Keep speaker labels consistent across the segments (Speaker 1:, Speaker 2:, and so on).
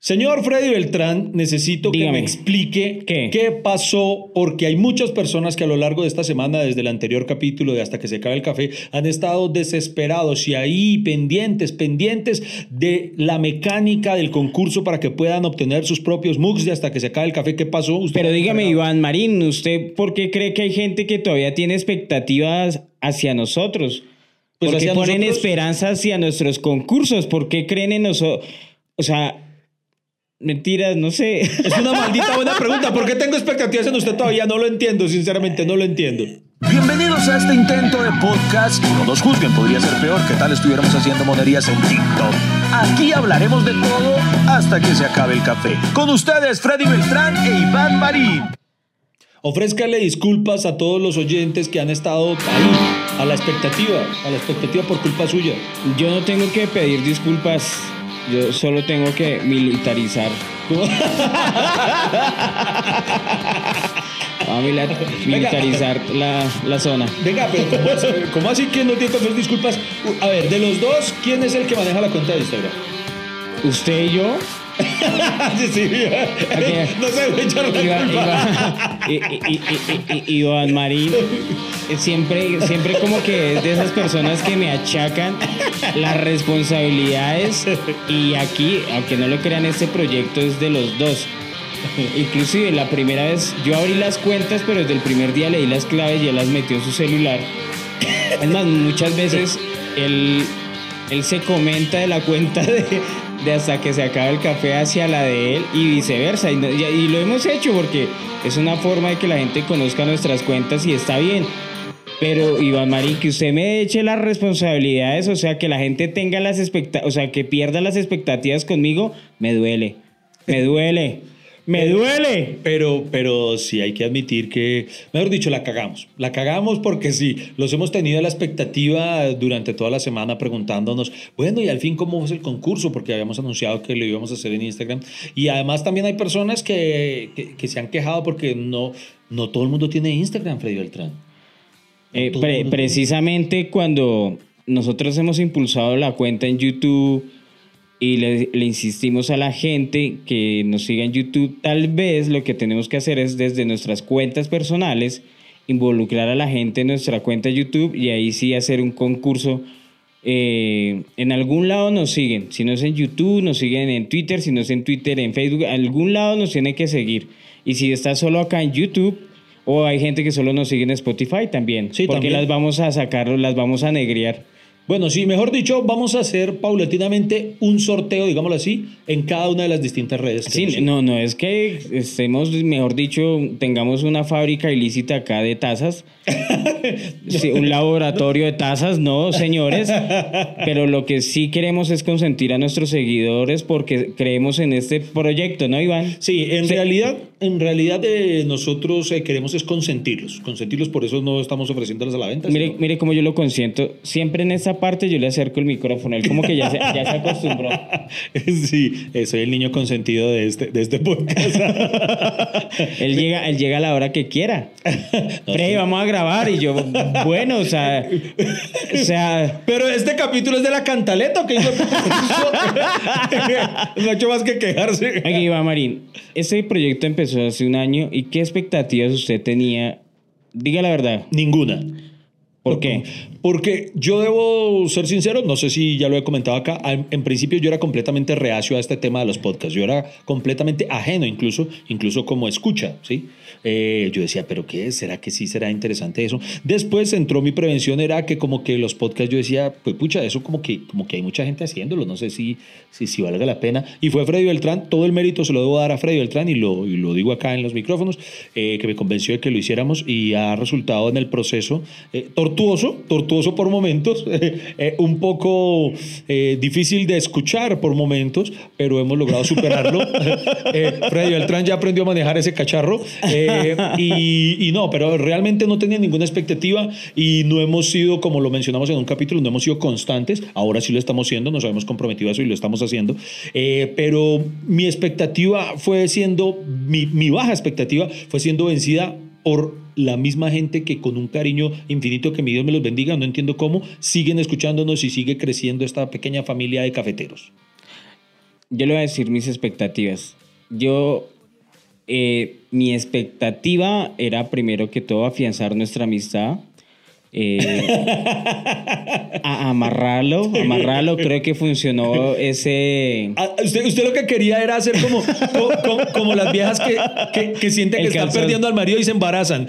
Speaker 1: Señor Freddy Beltrán, necesito que me explique qué pasó, porque hay muchas personas que a lo largo de esta semana, desde el anterior capítulo de Hasta que se acabe el café, han estado desesperados y ahí pendientes de la mecánica del concurso para que puedan obtener sus propios mugs de Hasta que se acabe el café. ¿Qué pasó?
Speaker 2: Pero dígame, Iván Marín, ¿usted por qué cree que hay gente que todavía tiene expectativas hacia nosotros?
Speaker 1: Pues
Speaker 2: ¿Por qué ponen esperanza hacia nuestros concursos? ¿Por qué creen en nosotros? O sea, mentiras, no sé.
Speaker 1: Es una maldita buena pregunta. ¿Por qué tengo expectativas en usted todavía? No lo entiendo, sinceramente, no lo entiendo.
Speaker 3: Bienvenidos a este intento de podcast. No nos juzguen, podría ser peor. ¿Qué tal estuviéramos haciendo monerías en TikTok? Aquí hablaremos de todo hasta que se acabe el café. Con ustedes, Freddy Beltrán e Iván Marín.
Speaker 1: Ofrézcale disculpas a todos los oyentes que han estado ahí, a la expectativa por culpa suya.
Speaker 2: Yo no tengo que pedir disculpas. Yo solo tengo que militarizar. Militarizar la zona.
Speaker 1: Venga, pero ¿cómo así que no tiene que hacer disculpas? A ver, de los dos, ¿quién es el que maneja la cuenta de Instagram?
Speaker 2: ¿Usted y yo?
Speaker 1: Sí. No se voy a echar la culpa.
Speaker 2: Iván Marín siempre como que es de esas personas que me achacan las responsabilidades, y aquí, aunque no lo crean, este proyecto es de los dos. Inclusive la primera vez yo abrí las cuentas, pero desde el primer día le di las claves y él las metió en su celular. Es más, muchas veces él se comenta de la cuenta de Hasta que se acabe el café hacia la de él y viceversa, y lo hemos hecho porque es una forma de que la gente conozca nuestras cuentas y está bien. Pero Iván Marín, que usted me eche las responsabilidades, o sea, que la gente tenga o sea, que pierda las expectativas conmigo, me duele.
Speaker 1: Pero sí hay que admitir que, mejor dicho, la cagamos porque sí, los hemos tenido a la expectativa durante toda la semana preguntándonos, bueno, y al fin, ¿cómo fue el concurso? Porque habíamos anunciado que lo íbamos a hacer en Instagram, y además también hay personas que se han quejado porque no todo el mundo tiene Instagram, Freddy Beltrán.
Speaker 2: Precisamente cuando nosotros hemos impulsado la cuenta en YouTube y le insistimos a la gente que nos siga en YouTube, tal vez lo que tenemos que hacer es desde nuestras cuentas personales involucrar a la gente en nuestra cuenta de YouTube, y ahí sí hacer un concurso. En algún lado nos siguen, si no es en YouTube nos siguen en Twitter, si no es en Twitter, en Facebook, en algún lado nos tienen que seguir. Y si está solo acá en YouTube, o hay gente que solo nos sigue en Spotify también, sí, porque también las vamos a sacar, las vamos a negrear.
Speaker 1: Bueno, sí, mejor dicho, vamos a hacer paulatinamente un sorteo, digámoslo así, en cada una de las distintas redes.
Speaker 2: Sí, no es que estemos, mejor dicho, tengamos una fábrica ilícita acá de tazas, sí, un laboratorio de tazas, no, señores, pero lo que sí queremos es consentir a nuestros seguidores porque creemos en este proyecto, ¿no, Iván?
Speaker 1: Sí, en realidad nosotros queremos es consentirlos, por eso no estamos ofreciéndolos a la venta.
Speaker 2: Mire cómo yo lo consiento, siempre en esta parte yo le acerco el micrófono, él como que ya se acostumbró.
Speaker 1: Sí, soy el niño consentido de este podcast.
Speaker 2: él llega a la hora que quiera. Freddy, vamos a grabar, y yo, bueno, o sea...
Speaker 1: Pero este capítulo es de la cantaleta, ¿ok? No ha hecho más que quejarse.
Speaker 2: Aquí va, Marín. Este proyecto empezó hace un año, ¿y qué expectativas usted tenía? Diga la verdad.
Speaker 1: Ninguna.
Speaker 2: ¿Por qué?
Speaker 1: Porque yo debo ser sincero, no sé si ya lo he comentado acá, en principio yo era completamente reacio a este tema de los podcasts, yo era completamente ajeno incluso como escucha, ¿sí? Yo decía, ¿pero qué? ¿Será que sí será interesante eso? Después entró mi prevención, era que como que los podcasts yo decía, pues pucha, eso como que hay mucha gente haciéndolo, no sé si valga la pena. Y fue Freddy Beltrán, todo el mérito se lo debo dar a Freddy Beltrán, y lo digo acá en los micrófonos, que me convenció de que lo hiciéramos, y ha resultado en el proceso tortuoso por momentos, un poco difícil de escuchar por momentos, pero hemos logrado superarlo. Freddy Beltrán ya aprendió a manejar ese cacharro, y no, pero realmente no tenía ninguna expectativa, y no hemos sido, como lo mencionamos en un capítulo, no hemos sido constantes. Ahora sí lo estamos siendo, nos habíamos comprometido a eso y lo estamos haciendo, pero mi expectativa fue siendo, mi baja expectativa fue siendo vencida por la misma gente que, con un cariño infinito, que mi Dios me los bendiga, no entiendo cómo, siguen escuchándonos y sigue creciendo esta pequeña familia de cafeteros.
Speaker 2: Yo le voy a decir mis expectativas. Mi expectativa era primero que todo afianzar nuestra amistad. Amarrarlo, creo que funcionó ese...
Speaker 1: Usted lo que quería era hacer como las viejas que sienten que están perdiendo al marido y se embarazan.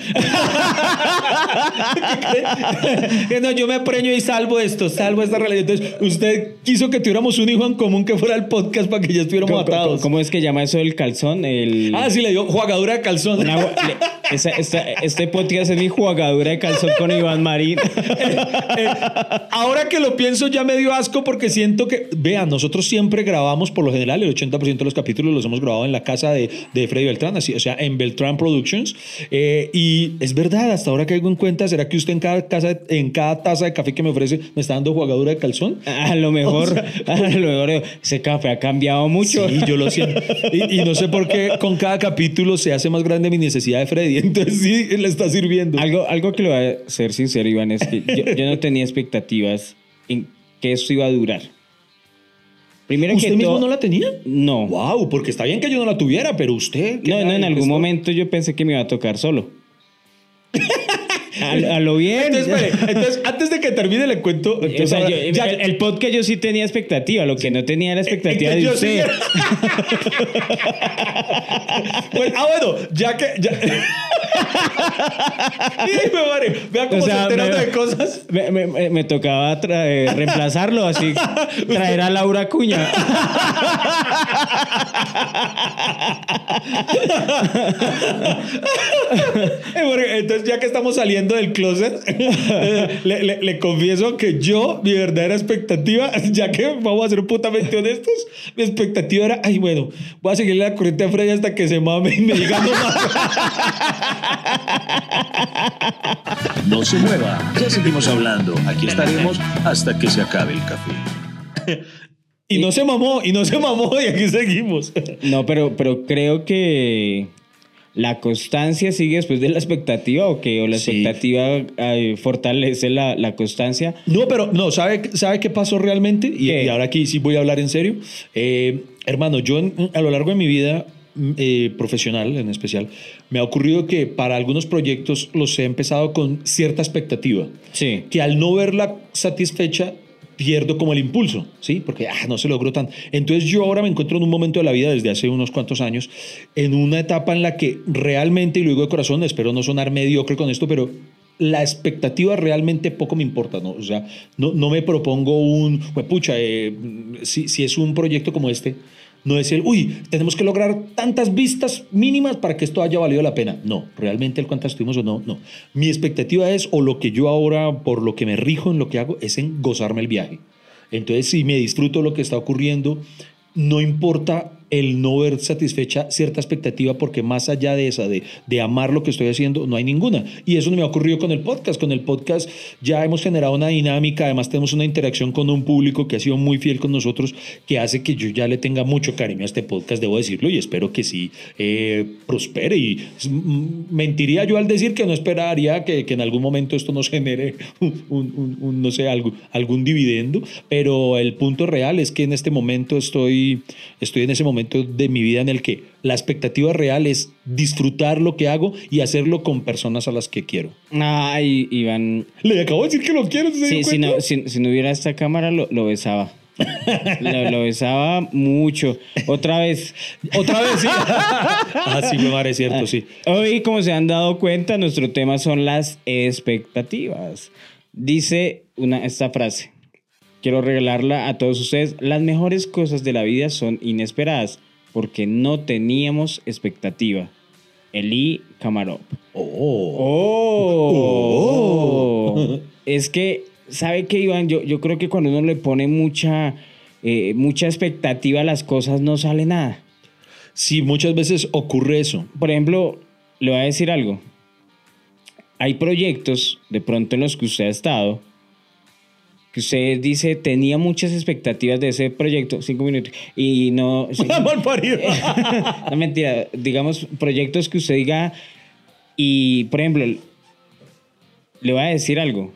Speaker 1: No, yo me preño y salvo esta realidad. Entonces, usted quiso que tuviéramos un hijo en común que fuera el podcast para que ya estuviéramos atados.
Speaker 2: ¿Cómo es que llama eso el calzón?
Speaker 1: Sí, le dio jugadura de calzón.
Speaker 2: Este podcast es mi jugadura de calzón con Iván Marín.
Speaker 1: Ahora que lo pienso ya me dio asco porque siento que, vean, nosotros siempre grabamos, por lo general, el 80% de los capítulos los hemos grabado en la casa de Freddy Beltrán, así, o sea, en Beltrán Productions. Y es verdad, hasta ahora que hago en cuenta, ¿será que usted en cada taza de café que me ofrece me está dando jugadura de calzón?
Speaker 2: A lo mejor ese café ha cambiado mucho.
Speaker 1: Sí, yo lo siento. Y no sé por qué con cada capítulo se hace más grande mi necesidad de Freddy. Entonces sí, le está sirviendo.
Speaker 2: Algo que le voy a ser sincero, Iván, es que yo no tenía expectativas en que esto iba a durar. Primero
Speaker 1: ¿Usted mismo no la tenía?
Speaker 2: No.
Speaker 1: Wow, porque está bien que yo no la tuviera, pero usted...
Speaker 2: No, en algún momento yo pensé que me iba a tocar solo. A lo bien.
Speaker 1: Entonces, antes de que termine le cuento... Entonces,
Speaker 2: o sea, el podcast yo sí tenía expectativa. Lo que no tenía era expectativa de usted.
Speaker 1: Bueno, ya que... Vea cómo se enteran de cosas.
Speaker 2: Me tocaba reemplazarlo, así. Traer a Laura Cuña.
Speaker 1: Entonces, ya que estamos saliendo del closet, le confieso que mi verdadera expectativa, ya que vamos a ser putamente honestos, mi expectativa era, bueno, voy a seguirle la corriente a Freddy hasta que se mame y me diga no más.
Speaker 3: No se mueva, ya seguimos hablando. Aquí estaremos hasta que se acabe el café.
Speaker 1: Y no se mamó, y aquí seguimos.
Speaker 2: No, pero creo que la constancia sigue después de la expectativa, ¿o qué? ¿O la expectativa fortalece la constancia?
Speaker 1: No, pero no, ¿sabe qué pasó realmente? Y ahora aquí sí voy a hablar en serio. Hermano, yo a lo largo de mi vida profesional en especial, me ha ocurrido que para algunos proyectos los he empezado con cierta expectativa.
Speaker 2: Sí.
Speaker 1: Que al no verla satisfecha, pierdo como el impulso, ¿sí? Porque no se logró tanto. Entonces yo ahora me encuentro en un momento de la vida, desde hace unos cuantos años, en una etapa en la que realmente, y lo digo de corazón, espero no sonar mediocre con esto, pero la expectativa realmente poco me importa, ¿no? O sea, no me propongo si es un proyecto como este, no es tenemos que lograr tantas vistas mínimas para que esto haya valido la pena. No, realmente el cuántas tuvimos o no. Mi expectativa es, o lo que yo ahora, por lo que me rijo en lo que hago, es en gozarme el viaje. Entonces, si me disfruto lo que está ocurriendo, no importa el no ver satisfecha cierta expectativa, porque más allá de esa, de amar lo que estoy haciendo, no hay ninguna. Y eso no me ha ocurrido con el podcast. Con el podcast ya hemos generado una dinámica, además tenemos una interacción con un público que ha sido muy fiel con nosotros, que hace que yo ya le tenga mucho cariño a este podcast, debo decirlo, y espero que sí prospere. Y mentiría yo al decir que no esperaría que en algún momento esto nos genere no sé, algún dividendo, pero el punto real es que en este momento estoy en ese momento de mi vida en el que la expectativa real es disfrutar lo que hago y hacerlo con personas a las que quiero.
Speaker 2: Ay, Iván.
Speaker 1: Le acabo de decir que lo quiero.
Speaker 2: Sí, si no hubiera esta cámara, lo besaba. Lo besaba mucho. Otra vez, sí.
Speaker 1: Sí, me parece cierto, sí.
Speaker 2: Hoy, como se han dado cuenta, nuestro tema son las expectativas. Dice esta frase. Quiero regalarla a todos ustedes. Las mejores cosas de la vida son inesperadas porque no teníamos expectativa. Eli Kamarov. Es que, ¿sabe qué, Iván? Yo creo que cuando uno le pone mucha expectativa a las cosas, no sale nada.
Speaker 1: Sí, muchas veces ocurre eso.
Speaker 2: Por ejemplo, le voy a decir algo. Hay proyectos, de pronto, en los que usted ha estado, que usted dice, tenía muchas expectativas de ese proyecto, 5 minutos, y no...
Speaker 1: Mal parido.
Speaker 2: No, mentira. Digamos, proyectos que usted diga, y, por ejemplo, le voy a decir algo.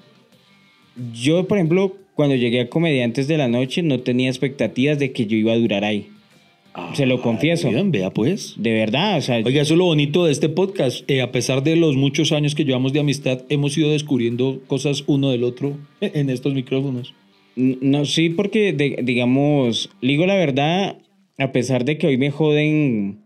Speaker 2: Yo, por ejemplo, cuando llegué a Comediantes de la Noche, no tenía expectativas de que yo iba a durar ahí. Se lo confieso.
Speaker 1: Bien, vea pues.
Speaker 2: De verdad, o sea...
Speaker 1: Oiga, eso es lo bonito de este podcast. A pesar de los muchos años que llevamos de amistad, hemos ido descubriendo cosas uno del otro en estos micrófonos.
Speaker 2: No, sí, porque, digamos, digo la verdad, a pesar de que hoy me joden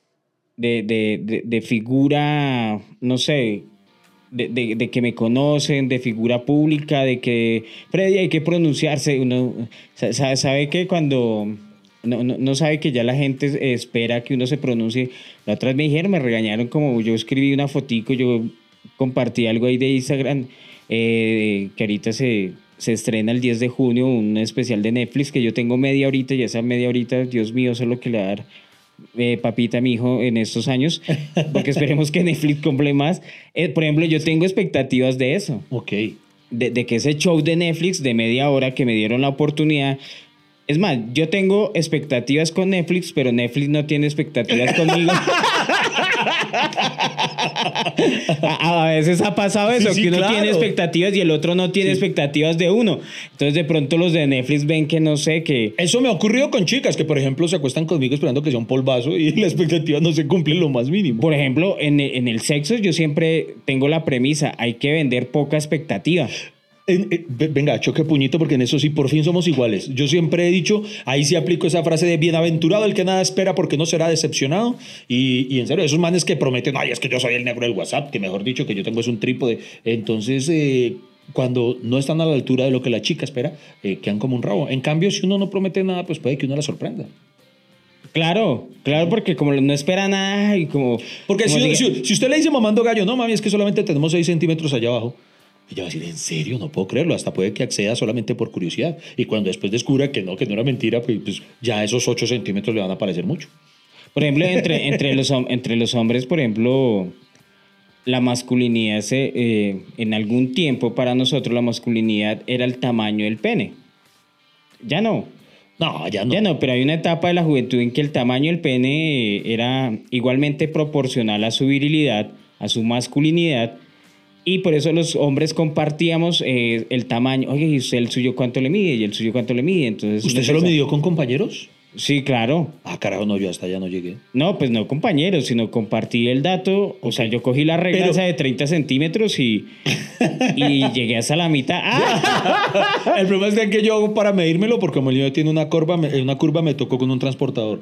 Speaker 2: de figura, no sé, de que me conocen, de figura pública, de que Freddy hay que pronunciarse, uno sabe que cuando... No sabe que ya la gente espera que uno se pronuncie. La otra vez me dijeron, me regañaron como yo escribí una fotico, yo compartí algo ahí de Instagram, que ahorita se estrena el 10 de junio un especial de Netflix que yo tengo media horita y esa media horita, Dios mío, eso es lo que le va a dar papita a mi hijo en estos años, porque esperemos que Netflix cumple más. Por ejemplo, yo tengo expectativas de eso.
Speaker 1: Ok.
Speaker 2: De que ese show de Netflix de media hora que me dieron la oportunidad... Es más, yo tengo expectativas con Netflix, pero Netflix no tiene expectativas conmigo. A veces ha pasado eso,
Speaker 1: sí,
Speaker 2: que uno
Speaker 1: claro.
Speaker 2: tiene expectativas y el otro no tiene expectativas de uno. Entonces de pronto los de Netflix ven que no sé, que...
Speaker 1: Eso me ha ocurrido con chicas que, por ejemplo, se acuestan conmigo esperando que sea un polvazo y la expectativa no se cumple lo más mínimo.
Speaker 2: Por ejemplo, en el sexo yo siempre tengo la premisa, hay que vender poca expectativa.
Speaker 1: Venga, choque puñito porque en eso sí por fin somos iguales. Yo siempre he dicho, ahí sí aplico esa frase de bienaventurado el que nada espera porque no será decepcionado. Y en serio, esos manes que prometen, ay, es que yo soy el negro del WhatsApp, que mejor dicho que yo tengo es un trípode. Entonces, cuando no están a la altura de lo que la chica espera, quedan como un rabo. En cambio, si uno no promete nada, pues puede que uno la sorprenda.
Speaker 2: Claro, porque como no espera nada y como...
Speaker 1: Porque
Speaker 2: como
Speaker 1: si usted le dice mamando gallo, no mami, es que solamente tenemos 6 centímetros allá abajo. Ella va a decir, ¿en serio? No puedo creerlo. Hasta puede que acceda solamente por curiosidad. Y cuando después descubra que no era mentira, pues ya esos 8 centímetros le van a parecer mucho.
Speaker 2: Por ejemplo, entre los hombres, por ejemplo, la masculinidad, en algún tiempo para nosotros la masculinidad era el tamaño del pene. Ya no.
Speaker 1: No, ya no.
Speaker 2: Ya no, pero hay una etapa de la juventud en que el tamaño del pene era igualmente proporcional a su virilidad, a su masculinidad. Y por eso los hombres compartíamos el tamaño. Oye, ¿y usted el suyo cuánto le mide? ¿Y el suyo cuánto le mide? Entonces,
Speaker 1: ¿usted se lo midió con compañeros?
Speaker 2: Sí, claro.
Speaker 1: Ah, carajo, no, yo hasta allá no llegué.
Speaker 2: No, pues no compañeros, sino compartí el dato. O sea, yo cogí la regla esa de 30 centímetros y llegué hasta la mitad. ¡Ah!
Speaker 1: El problema es que yo hago para medírmelo, porque como el niño tiene una curva me tocó con un transportador.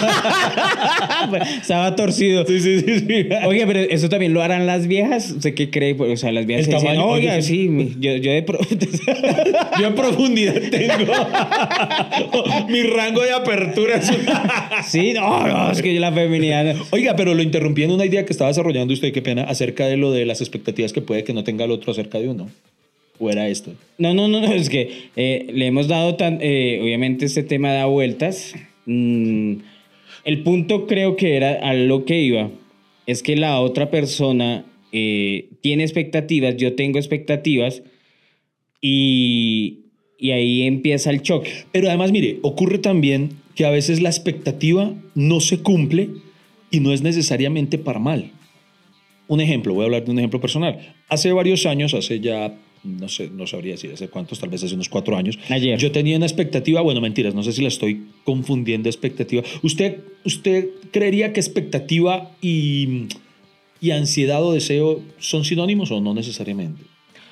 Speaker 2: Estaba torcido.
Speaker 1: Sí.
Speaker 2: Oye, pero eso también lo harán las viejas. ¿Usted qué cree? O sea, las viejas
Speaker 1: El
Speaker 2: dicen,
Speaker 1: tamaño,
Speaker 2: oiga,
Speaker 1: oye,
Speaker 2: sí, yo
Speaker 1: Yo en profundidad tengo mi rango de apertura.
Speaker 2: Sí, no, es que yo la feminidad...
Speaker 1: Oiga, pero lo interrumpí en una idea que estaba desarrollando usted, qué pena, acerca de lo de las expectativas que puede que no tenga el otro acerca de uno. ¿O era esto?
Speaker 2: No, es que le hemos dado obviamente este tema da vueltas. El punto creo que era a lo que iba, es que la otra persona tiene expectativas, yo tengo expectativas y ahí empieza el choque.
Speaker 1: Pero además, mire, ocurre también que a veces la expectativa no se cumple y no es necesariamente para mal. Un ejemplo, voy a hablar de un ejemplo personal. Hace varios años, hace ya, no sé, no sabría decir hace cuántos, tal vez hace unos 4 años.
Speaker 2: Ayer.
Speaker 1: Yo tenía una expectativa, bueno, mentiras, no sé si la estoy confundiendo expectativa. ¿Usted creería que expectativa y ansiedad o deseo son sinónimos o no necesariamente?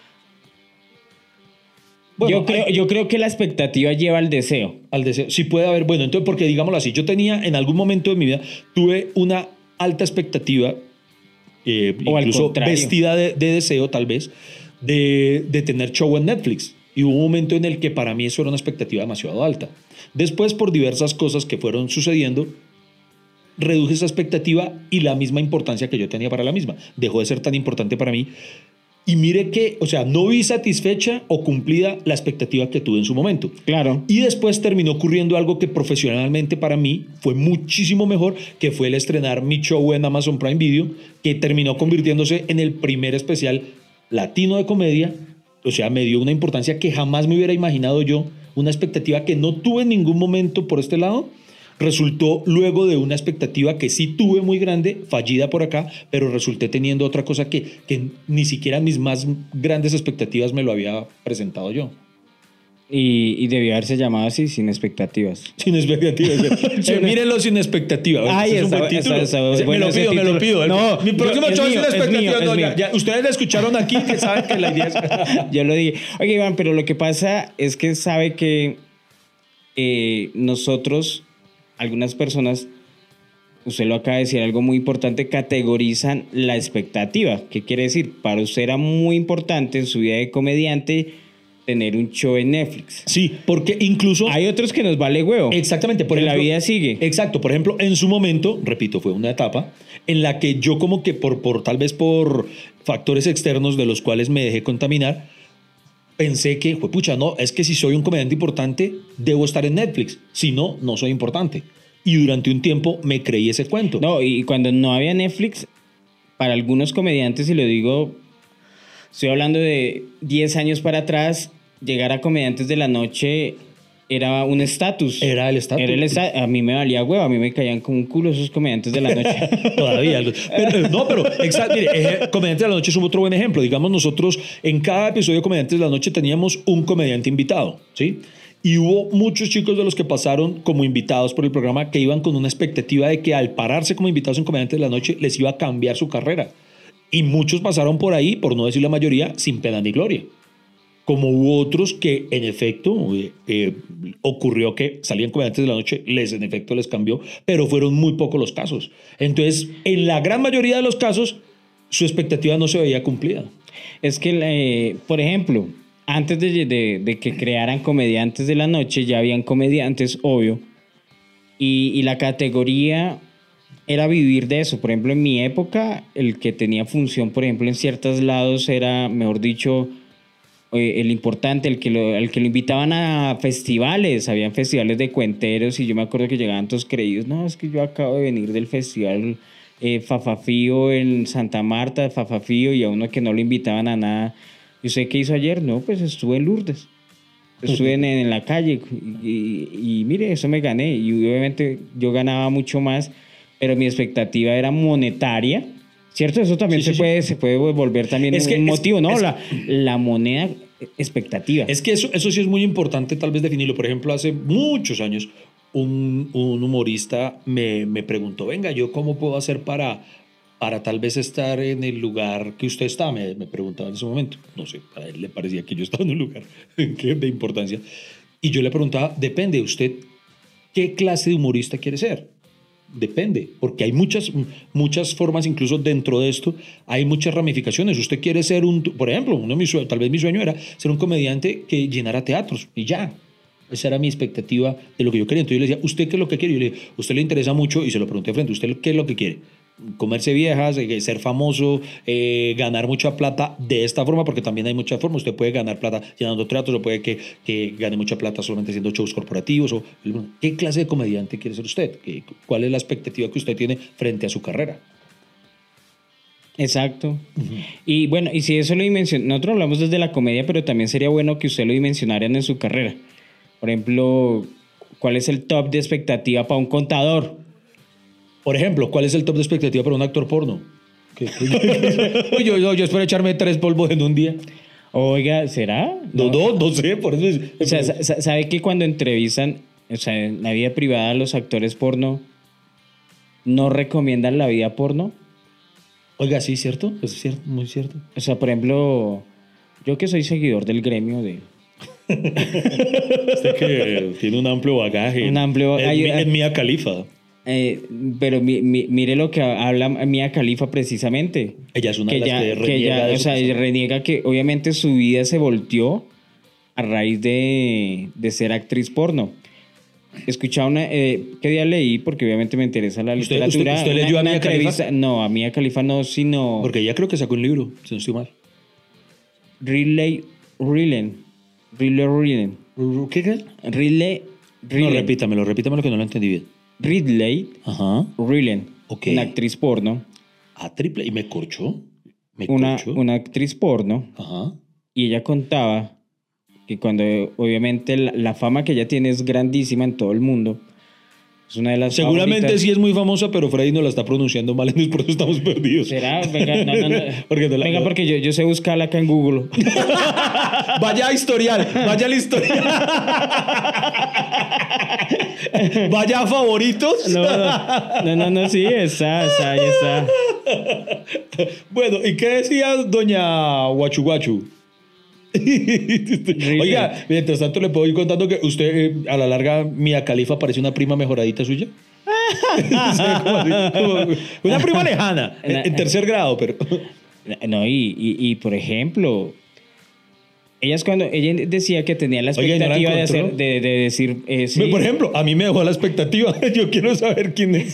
Speaker 1: Bueno,
Speaker 2: yo creo que la expectativa lleva al deseo.
Speaker 1: Al deseo. Sí puede haber. Bueno, entonces, porque digámoslo así, yo tenía en algún momento de mi vida, tuve una alta expectativa, incluso vestida de deseo tal vez, de tener show en Netflix. Y hubo un momento en el que para mí eso era una expectativa demasiado alta. Después, por diversas cosas que fueron sucediendo, reduje esa expectativa y la misma importancia que yo tenía para la misma. Dejó de ser tan importante para mí. Y mire que, o sea, no vi satisfecha o cumplida la expectativa que tuve en su momento.
Speaker 2: Claro.
Speaker 1: Y después terminó ocurriendo algo que profesionalmente para mí fue muchísimo mejor, que fue el estrenar mi show en Amazon Prime Video, que terminó convirtiéndose en el primer especial latino de comedia. O sea, me dio una importancia que jamás me hubiera imaginado yo, una expectativa que no tuve en ningún momento por este lado. Resultó luego de una expectativa que sí tuve muy grande, fallida por acá, pero resulté teniendo otra cosa que ni siquiera mis más grandes expectativas me lo había presentado yo.
Speaker 2: Y debió haberse llamado así, Sin Expectativas.
Speaker 1: Sin expectativas. Mírenlo sin expectativa.
Speaker 2: Ay,
Speaker 1: es un buen título. Me lo pido.
Speaker 2: No,
Speaker 1: mi próximo show sin expectativas.
Speaker 2: Es mío.
Speaker 1: Ya, ustedes lo escucharon aquí, que saben que la idea es...
Speaker 2: Yo lo dije. Oye, Iván, pero lo que pasa es que sabe que nosotros, algunas personas, usted lo acaba de decir, algo muy importante, categorizan la expectativa. ¿Qué quiere decir? Para usted era muy importante en su vida de comediante tener un show en Netflix.
Speaker 1: Sí, porque incluso...
Speaker 2: Hay otros que nos vale huevo.
Speaker 1: Exactamente. Por ejemplo,
Speaker 2: la vida sigue.
Speaker 1: Exacto. Por ejemplo, en su momento, repito, fue una etapa en la que yo como que tal vez por factores externos de los cuales me dejé contaminar, pensé que, pucha, no, es que si soy un comediante importante, debo estar en Netflix. Si no, no soy importante. Y durante un tiempo me creí ese cuento.
Speaker 2: No, y cuando no había Netflix, para algunos comediantes, y lo digo, estoy hablando de 10 años para atrás, llegar a Comediantes de la Noche era un estatus.
Speaker 1: Era el estatus.
Speaker 2: A mí me valía huevo, a mí me caían como un culo esos Comediantes de la Noche.
Speaker 1: Todavía. Pero exacto, mire, Comediantes de la Noche es otro buen ejemplo. Digamos, nosotros en cada episodio de Comediantes de la Noche teníamos un comediante invitado, ¿sí? Y hubo muchos chicos de los que pasaron como invitados por el programa que iban con una expectativa de que al pararse como invitados en Comediantes de la Noche les iba a cambiar su carrera. Y muchos pasaron por ahí, por no decir la mayoría, sin pena ni gloria. Como hubo otros que, en efecto, ocurrió que salían Comediantes de la Noche, en efecto les cambió, pero fueron muy pocos los casos. Entonces, en la gran mayoría de los casos, su expectativa no se veía cumplida.
Speaker 2: Es que, por ejemplo, antes de que crearan Comediantes de la Noche, ya habían comediantes, obvio, y la categoría era vivir de eso. Por ejemplo, en mi época, el que tenía función, por ejemplo, en ciertos lados era, mejor dicho, el importante, el que lo invitaban a festivales. Habían festivales de cuenteros y yo me acuerdo que llegaban todos creídos. No, es que yo acabo de venir del festival Fafafío en Santa Marta, Fafafío, y a uno que no lo invitaban a nada. ¿Y usted qué hizo ayer? No, pues estuve en Lourdes. Estuve en la calle y mire, eso me gané. Y obviamente yo ganaba mucho más, pero mi expectativa era monetaria. ¿Cierto? Eso también se puede volver también un motivo, ¿no? La moneda expectativa.
Speaker 1: Es que eso sí es muy importante tal vez definirlo. Por ejemplo, hace muchos años un humorista me preguntó, venga, ¿yo cómo puedo hacer para tal vez estar en el lugar que usted está? Me preguntaba en ese momento. No sé, a él le parecía que yo estaba en un lugar de importancia. Y yo le preguntaba, depende, ¿usted qué clase de humorista quiere ser? Depende, porque hay muchas formas, incluso dentro de esto hay muchas ramificaciones. Usted quiere ser por ejemplo, tal vez mi sueño era ser un comediante que llenara teatros y ya. Esa era mi expectativa de lo que yo quería. Entonces yo le decía, ¿usted qué es lo que quiere? Yo le dije, ¿usted le interesa mucho? Y se lo pregunté de frente, ¿usted qué es lo que quiere? Comerse viejas, ser famoso, ganar mucha plata de esta forma, porque también hay muchas formas. Usted puede ganar plata llenando teatros, o puede que gane mucha plata solamente haciendo shows corporativos. ¿Qué clase de comediante quiere ser usted? ¿Cuál es la expectativa que usted tiene frente a su carrera?
Speaker 2: Exacto. Y bueno, y si eso lo dimensionamos, nosotros hablamos desde la comedia, pero también sería bueno que usted lo dimensionara en su carrera. Por ejemplo, ¿cuál es el top de expectativa para un contador?
Speaker 1: Por ejemplo, ¿cuál es el top de expectativa para un actor porno? Yo espero echarme 3 polvos en un día.
Speaker 2: Oiga, ¿será?
Speaker 1: No sé, por eso
Speaker 2: O sea, ¿sabe que cuando entrevistan, o sea, en la vida privada, los actores porno no recomiendan la vida porno?
Speaker 1: Oiga, sí, ¿cierto? Es cierto, muy cierto.
Speaker 2: O sea, por ejemplo, yo que soy seguidor del gremio de...
Speaker 1: Usted que tiene un amplio bagaje. En Mia Khalifa.
Speaker 2: Pero mire lo que habla Mia Khalifa precisamente.
Speaker 1: Ella es una de las que reniega.
Speaker 2: Ella reniega que obviamente su vida se volteó a raíz de ser actriz porno. Escuchaba ¿qué día leí? Porque obviamente me interesa la literatura.
Speaker 1: ¿Usted leyó a Mia Khalifa?
Speaker 2: No, a Mia Khalifa no, sino...
Speaker 1: Porque ella creo que sacó un libro, si no estoy mal.
Speaker 2: Riley Rillen.
Speaker 1: ¿Qué?
Speaker 2: Riley.
Speaker 1: No, repítamelo que no lo entendí bien.
Speaker 2: Ridley Rillen,
Speaker 1: okay.
Speaker 2: Una actriz porno.
Speaker 1: Triple. ¿Y me corchó?
Speaker 2: Una actriz porno.
Speaker 1: Ajá.
Speaker 2: Y ella contaba que cuando obviamente la fama que ella tiene es grandísima en todo el mundo, Es una de las
Speaker 1: Seguramente
Speaker 2: favoritas.
Speaker 1: sí es muy famosa, pero Freddy no la está pronunciando mal, entonces por eso estamos perdidos.
Speaker 2: ¿Será? Venga, no.
Speaker 1: Porque
Speaker 2: Venga, porque yo sé buscarla acá en Google.
Speaker 1: Vaya al historial. Vaya a favoritos.
Speaker 2: No, sí, ahí está.
Speaker 1: Bueno, ¿y qué decía doña Guachu Guachu? Oiga, mientras tanto le puedo ir contando que usted, a la larga, Mia Khalifa parece una prima mejoradita suya. Como una prima lejana, en tercer grado, pero...
Speaker 2: No, y por ejemplo, ella decía que tenía la
Speaker 1: Oiga, ¿y no la
Speaker 2: expectativa
Speaker 1: encontró?
Speaker 2: de decir... sí.
Speaker 1: Por ejemplo, a mí me dejó la expectativa. Yo quiero saber quién es.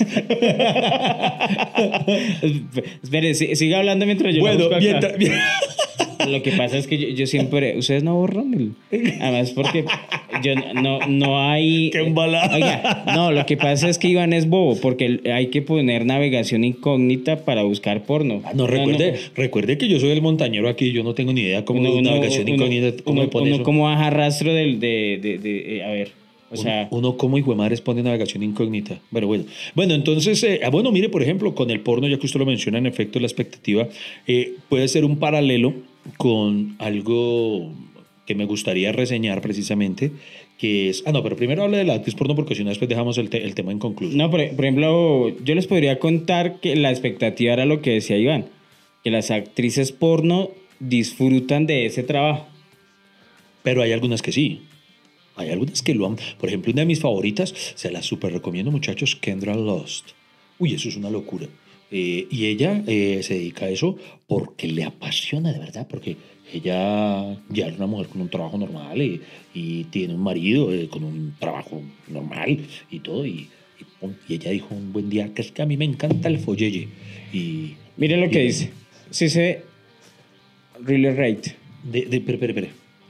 Speaker 2: Espere, siga hablando mientras yo la
Speaker 1: Bueno,
Speaker 2: busco acá.
Speaker 1: mientras...
Speaker 2: Lo que pasa es que yo siempre... Ustedes no borran además porque yo no hay...
Speaker 1: ¡Qué embalada!
Speaker 2: Oiga, no, lo que pasa es que Iván es bobo porque hay que poner navegación incógnita para buscar porno.
Speaker 1: No, recuerde que yo soy el montañero aquí. Yo no tengo ni idea cómo navegación incógnita, cómo me pone
Speaker 2: uno
Speaker 1: eso.
Speaker 2: como baja rastro a ver, o sea...
Speaker 1: Uno como hijo de madres pone navegación incógnita. Pero bueno. Bueno, entonces, bueno, mire, por ejemplo, con el porno, ya que usted lo menciona, en efecto, la expectativa puede ser un paralelo con algo que me gustaría reseñar precisamente, que es... no, pero primero hable de la actriz porno porque si no después dejamos el tema inconcluso.
Speaker 2: No, por ejemplo, yo les podría contar que la expectativa era lo que decía Iván, que las actrices porno disfrutan de ese trabajo.
Speaker 1: Pero hay algunas que sí. Hay algunas que lo han... Por ejemplo, una de mis favoritas, se la súper recomiendo, muchachos, Kendra Lust. Uy, eso es una locura. Y ella se dedica a eso porque le apasiona de verdad, porque ella ya es una mujer con un trabajo normal y tiene un marido con un trabajo normal y todo. Y ella dijo un buen día que es que a mí me encanta el folleye.
Speaker 2: Miren lo que dice. Sí se ve Really Rate.
Speaker 1: Espere.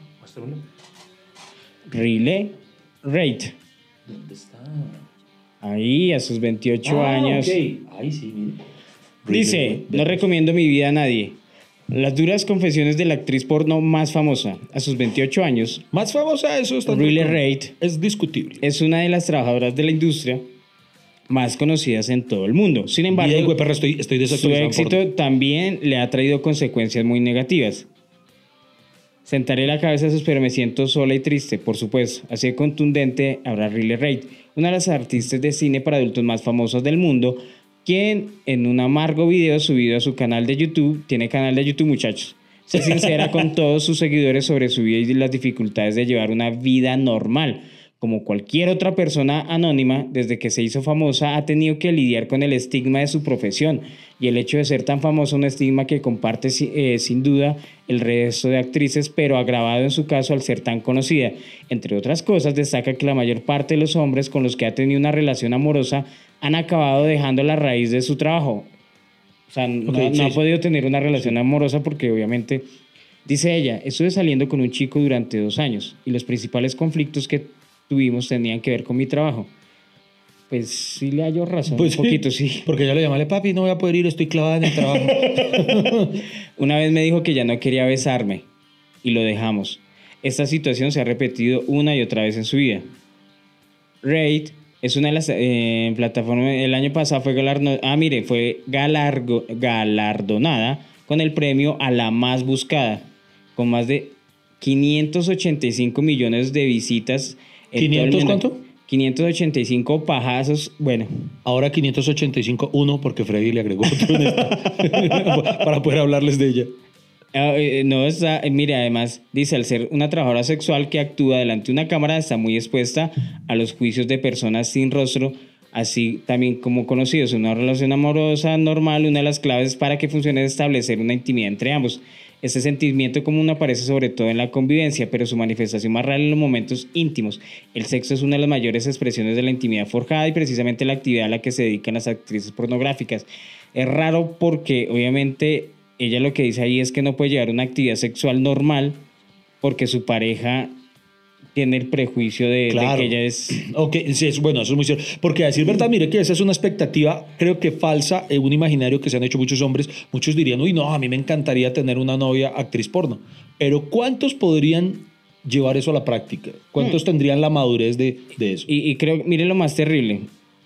Speaker 2: Really Rate.
Speaker 1: ¿Dónde está?
Speaker 2: Ahí, a sus 28 años.
Speaker 1: Okay. Ay, sí, mire.
Speaker 2: Dice, no recomiendo mi vida a nadie. Las duras confesiones de la actriz porno más famosa, a sus 28 años,
Speaker 1: Más famosa eso está...
Speaker 2: Really Rate,
Speaker 1: Es discutible.
Speaker 2: es una de las trabajadoras de la industria más conocidas en todo el mundo. Sin embargo,
Speaker 1: Bien, güey, perro, estoy
Speaker 2: su
Speaker 1: desactualizado.
Speaker 2: éxito también le ha traído consecuencias muy negativas. Sentaré la cabeza, pero me siento sola y triste, por supuesto. Así de contundente habrá Really Rate, una de las artistas de cine para adultos más famosas del mundo, quien en un amargo video subido a su canal de YouTube, tiene canal de YouTube, muchachos, se sincera con todos sus seguidores sobre su vida y las dificultades de llevar una vida normal. Como cualquier otra persona anónima, desde que se hizo famosa ha tenido que lidiar con el estigma de su profesión y el hecho de ser tan famosa, un estigma que comparte sin duda el resto de actrices, pero agravado en su caso al ser tan conocida. Entre otras cosas, destaca que la mayor parte de los hombres con los que ha tenido una relación amorosa han acabado dejando la raíz de su trabajo. O sea, no ha podido tener una relación amorosa porque obviamente, dice ella, estuve saliendo con un chico durante 2 años y los principales conflictos que tuvimos tenían que ver con mi trabajo. Pues sí le hallo razón,
Speaker 1: Pues
Speaker 2: un poquito sí.
Speaker 1: Porque ya le llamé, papi, no voy a poder ir, estoy clavada en el trabajo.
Speaker 2: Una vez me dijo que ya no quería besarme y lo dejamos. Esta situación se ha repetido una y otra vez en su vida. Rate es una de las plataformas, el año pasado fue galardonada con el premio a la más buscada, con más de 585 millones de visitas.
Speaker 1: ¿500 cuánto?
Speaker 2: 585 pajazos, bueno.
Speaker 1: Ahora 585, porque Freddy le agregó otro en esta, para poder hablarles de ella.
Speaker 2: No está, mire, además dice, al ser una trabajadora sexual que actúa delante de una cámara, está muy expuesta a los juicios de personas sin rostro, así también como conocidos. Una relación amorosa normal, una de las claves para que funcione es establecer una intimidad entre ambos. Este sentimiento común aparece sobre todo en la convivencia, pero su manifestación más real en los momentos íntimos. El sexo es una de las mayores expresiones de la intimidad forjada y precisamente la actividad a la que se dedican las actrices pornográficas. Es raro porque obviamente ella lo que dice ahí es que no puede llevar una actividad sexual normal porque su pareja tiene el prejuicio de que ella es...
Speaker 1: Ok, sí, bueno, eso es muy cierto. Porque a decir verdad, mire que esa es una expectativa, creo que falsa, un imaginario que se han hecho muchos hombres. Muchos dirían, uy, no, a mí me encantaría tener una novia actriz porno. Pero ¿cuántos podrían llevar eso a la práctica? ¿Cuántos tendrían la madurez de eso?
Speaker 2: Y creo, mire lo más terrible.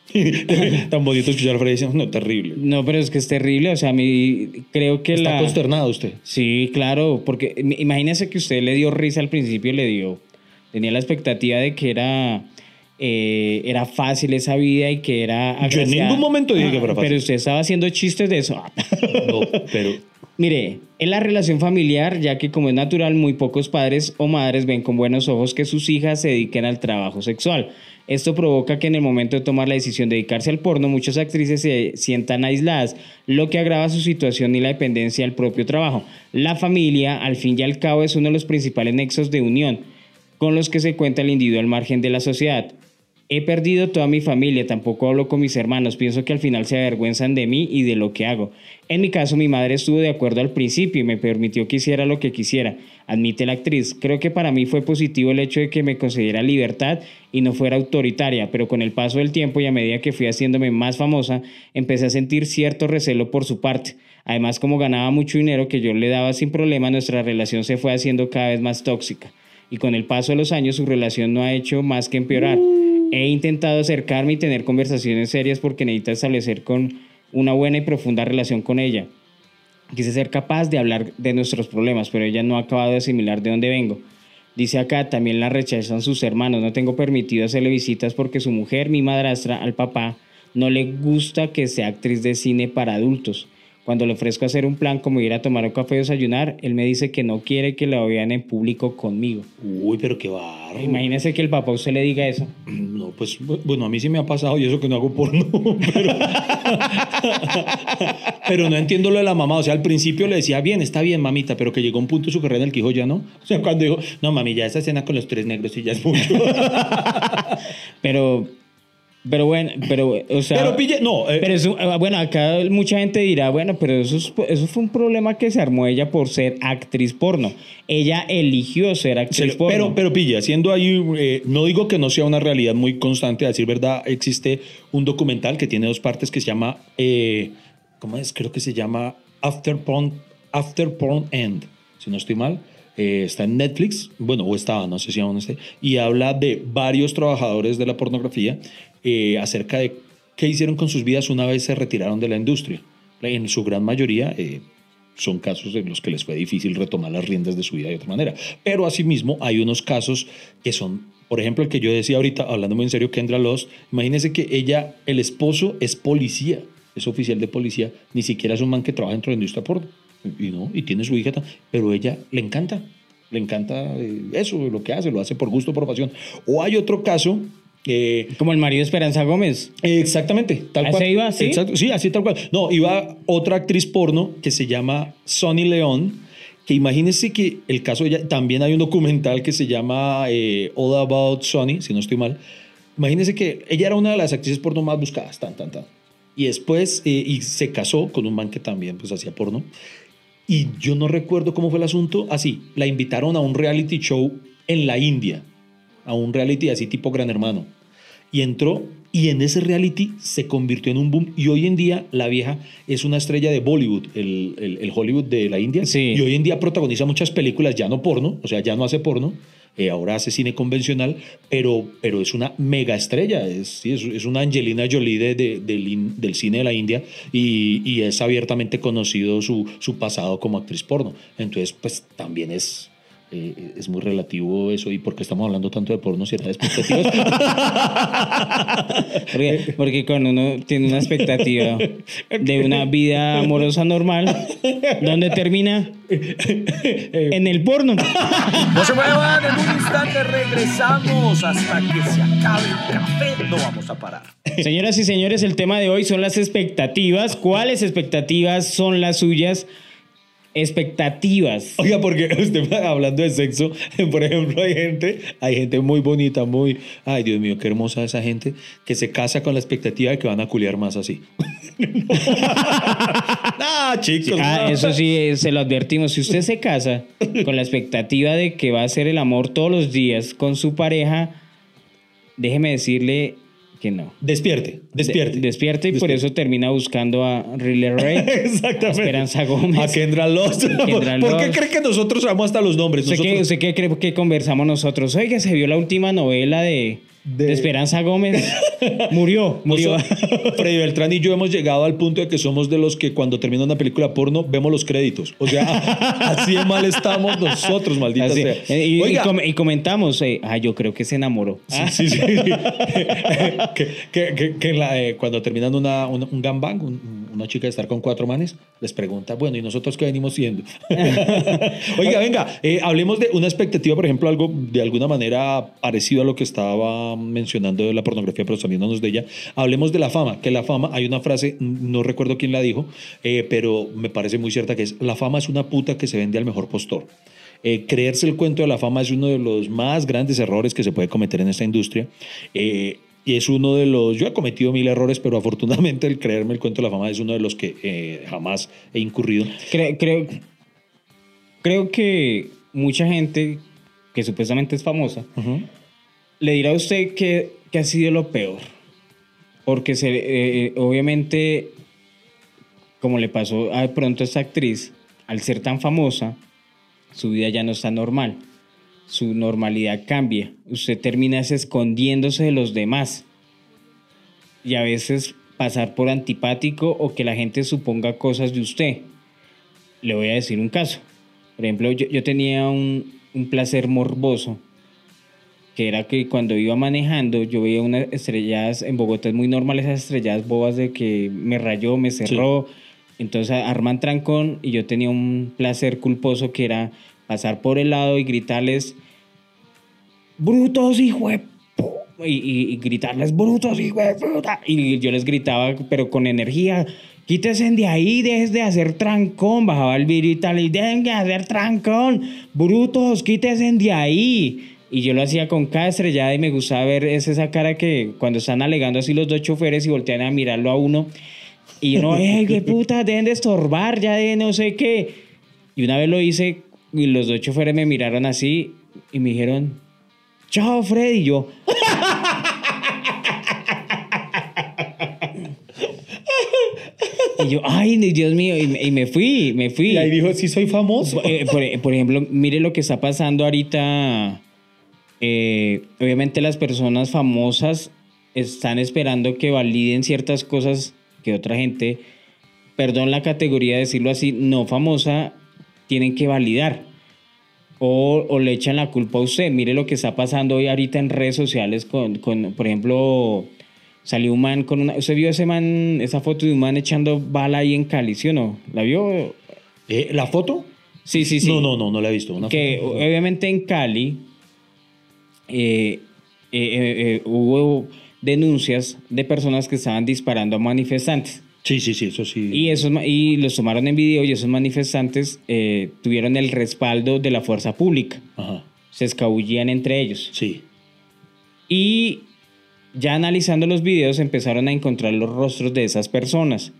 Speaker 1: Tan bonito escuchar a Freddy diciendo, no, terrible.
Speaker 2: No, pero es que es terrible. O sea, a mí creo que
Speaker 1: Está consternado usted.
Speaker 2: Sí, claro, porque imagínese que usted le dio risa al principio, tenía la expectativa de que era fácil esa vida y que era
Speaker 1: Yo en
Speaker 2: agraciada.
Speaker 1: ningún momento dije que fuera fácil.
Speaker 2: Pero usted estaba haciendo chistes de eso.
Speaker 1: No, pero
Speaker 2: Mire, en la relación familiar, ya que como es natural, muy pocos padres o madres ven con buenos ojos que sus hijas se dediquen al trabajo sexual. Esto provoca que en el momento de tomar la decisión de dedicarse al porno, muchas actrices se sientan aisladas, lo que agrava su situación y la dependencia del propio trabajo. La familia, al fin y al cabo, es uno de los principales nexos de unión con los que se cuenta el individuo al margen de la sociedad. He perdido toda mi familia, tampoco hablo con mis hermanos, pienso que al final se avergüenzan de mí y de lo que hago. En mi caso, mi madre estuvo de acuerdo al principio y me permitió que hiciera lo que quisiera, admite la actriz. Creo que para mí fue positivo el hecho de que me concediera libertad y no fuera autoritaria, pero con el paso del tiempo y a medida que fui haciéndome más famosa, empecé a sentir cierto recelo por su parte. Además, como ganaba mucho dinero que yo le daba sin problema, nuestra relación se fue haciendo cada vez más tóxica. Y con el paso de los años, su relación no ha hecho más que empeorar. He intentado acercarme y tener conversaciones serias porque necesito establecer una buena y profunda relación con ella. Quise ser capaz de hablar de nuestros problemas, pero ella no ha acabado de asimilar de dónde vengo. Dice acá, también la rechazan sus hermanos. No tengo permitido hacerle visitas porque su mujer, mi madrastra, al papá, no le gusta que sea actriz de cine para adultos. Cuando le ofrezco hacer un plan como ir a tomar un café o desayunar, él me dice que no quiere que la vean en público conmigo.
Speaker 1: Uy, pero qué barro.
Speaker 2: Imagínese que el papá a usted le diga eso.
Speaker 1: No, pues, bueno, a mí sí me ha pasado y eso que no hago porno, pero no entiendo lo de la mamá. O sea, al principio le decía, bien, está bien, mamita, pero que llegó un punto de su carrera en el que dijo, ya no. O sea, cuando dijo, no, mami, ya esa escena con los 3 negros y ya es mucho.
Speaker 2: Pero bueno, o sea...
Speaker 1: Pero pille, no.
Speaker 2: Pero eso, bueno, acá mucha gente dirá, bueno, pero eso fue un problema que se armó ella por ser actriz porno. Ella eligió ser actriz porno.
Speaker 1: Pero pille, haciendo ahí, no digo que no sea una realidad muy constante, a decir verdad, existe un documental que tiene 2 partes que se llama, ¿cómo es? Creo que se llama After Porn End, si no estoy mal. Está en Netflix, bueno, o estaba, no sé si aún esté, y habla de varios trabajadores de la pornografía acerca de qué hicieron con sus vidas una vez se retiraron de la industria. En su gran mayoría son casos en los que les fue difícil retomar las riendas de su vida de otra manera. Pero asimismo hay unos casos que son, por ejemplo, el que yo decía ahorita, hablando muy en serio, Kendra Lost. Imagínense que ella, el esposo es policía, es oficial de policía, ni siquiera es un man que trabaja dentro de la industria porno. Y tiene su hija, pero ella le encanta eso, lo que hace, lo hace por gusto, por pasión. O hay otro caso...
Speaker 2: como el marido de Esperanza Gómez.
Speaker 1: Exactamente, tal cual.
Speaker 2: ¿Así iba? ¿Sí?
Speaker 1: Exacto, sí, así tal cual. No, iba otra actriz porno que se llama Sonny León, que imagínense que el caso de ella, también hay un documental que se llama All About Sonny, si no estoy mal. Imagínense que ella era una de las actrices porno más buscadas, y después y se casó con un man que también pues hacía porno. Y yo no recuerdo cómo fue el asunto. Así, la invitaron a un reality show en la India, a un reality así tipo Gran Hermano. Y entró, y en ese reality se convirtió en un boom. Y hoy en día la vieja es una estrella de Bollywood, el Hollywood de la India.
Speaker 2: Sí.
Speaker 1: Y hoy en día protagoniza muchas películas, ya no porno, o sea, ya no hace porno. Ahora hace cine convencional, pero es una mega estrella, es una Angelina Jolie del cine de la India y es abiertamente conocido su pasado como actriz porno. Entonces, pues también es muy relativo eso. ¿Y por qué estamos hablando tanto de porno si era de expectativas?
Speaker 2: porque cuando uno tiene una expectativa de una vida amorosa normal, ¿dónde termina? En el porno.
Speaker 3: No se muevan, en un instante regresamos hasta que se acabe el café. No vamos a parar.
Speaker 2: Señoras y señores, el tema de hoy son las expectativas. ¿Cuáles expectativas son las suyas? Expectativas.
Speaker 1: Oiga, porque usted hablando de sexo, por ejemplo, hay gente muy bonita, ay Dios mío, qué hermosa esa gente, que se casa con la expectativa de que van a culiar más así. Chicos.
Speaker 2: Eso sí, se lo advertimos. Si usted se casa con la expectativa de que va a hacer el amor todos los días con su pareja, déjeme decirle que no.
Speaker 1: Despierte
Speaker 2: y por eso termina buscando a Riley Ray,
Speaker 1: exactamente,
Speaker 2: a Esperanza Gómez,
Speaker 1: a Kendra Lost. ¿Por qué cree que nosotros sabemos hasta los nombres?
Speaker 2: ¿Usted qué cree que conversamos nosotros? Oiga, se vio la última novela de de Esperanza Gómez. Murió.
Speaker 1: Freddy Beltrán y yo hemos llegado al punto de que somos de los que cuando termina una película porno vemos los créditos. O sea, así de mal estamos nosotros, maldita sea.
Speaker 2: Y comentamos, yo creo que se enamoró.
Speaker 1: Sí. Cuando terminan un gangbang, una chica de estar con 4 manes, les pregunta, bueno, ¿y nosotros qué venimos siendo? Oiga, venga, hablemos de una expectativa, por ejemplo, algo de alguna manera parecido a lo que estaba mencionando de la pornografía, pero saliéndonos de ella. Hablemos de la fama, que la fama, hay una frase, no recuerdo quién la dijo, pero me parece muy cierta, que es, la fama es una puta que se vende al mejor postor. Creerse el cuento de la fama es uno de los más grandes errores que se puede cometer en esta industria. Y es uno de los... Yo he cometido 1000 errores, pero afortunadamente el creerme el cuento de la fama es uno de los que jamás he incurrido.
Speaker 2: Creo que mucha gente que supuestamente es famosa le dirá a usted que ha sido lo peor. Porque obviamente, como le pasó de pronto a esta actriz, al ser tan famosa, su vida ya no está normal. Su normalidad cambia. Usted termina escondiéndose de los demás. Y a veces pasar por antipático o que la gente suponga cosas de usted. Le voy a decir un caso. Por ejemplo, yo tenía un placer morboso, que era que cuando iba manejando, yo veía unas estrelladas, en Bogotá es muy normal esas estrelladas bobas de que me rayó, me cerró. Sí. Entonces arman trancón y yo tenía un placer culposo que era pasar por el lado y gritarles brutos, hijo de y gritarles brutos, hijo de puta. Y yo les gritaba, pero con energía, quítense de ahí, dejen de hacer trancón. Bajaba el vidrio y tal, y dejen de hacer trancón, brutos, quítense de ahí. Y yo lo hacía con cada estrellada y me gustaba ver esa cara que cuando están alegando así los dos choferes y voltean a mirarlo a uno. Y yo no, qué puta, dejen de estorbar, ya de no sé qué. Y una vez lo hice y los dos choferes me miraron así y me dijeron, chao, Freddy. Y yo... Y yo, ay, Dios mío, y me fui.
Speaker 1: Y ahí dijo, sí soy famoso.
Speaker 2: Por ejemplo, mire lo que está pasando ahorita. Obviamente las personas famosas están esperando que validen ciertas cosas que otra gente, perdón la categoría de decirlo así, no famosa, tienen que validar. O le echan la culpa a usted. Mire lo que está pasando hoy ahorita en redes sociales con por ejemplo... Salió un man con una... ¿Usted vio esa foto de un man echando bala ahí en Cali, sí o no? ¿La vio?
Speaker 1: ¿La foto?
Speaker 2: Sí.
Speaker 1: No la he visto.
Speaker 2: Que foto. Obviamente en Cali hubo denuncias de personas que estaban disparando a manifestantes.
Speaker 1: Sí, eso sí.
Speaker 2: Y los tomaron en video y esos manifestantes tuvieron el respaldo de la fuerza pública.
Speaker 1: Ajá.
Speaker 2: Se escabullían entre ellos.
Speaker 1: Sí.
Speaker 2: Y... ya analizando los videos empezaron a encontrar los rostros de esas personas.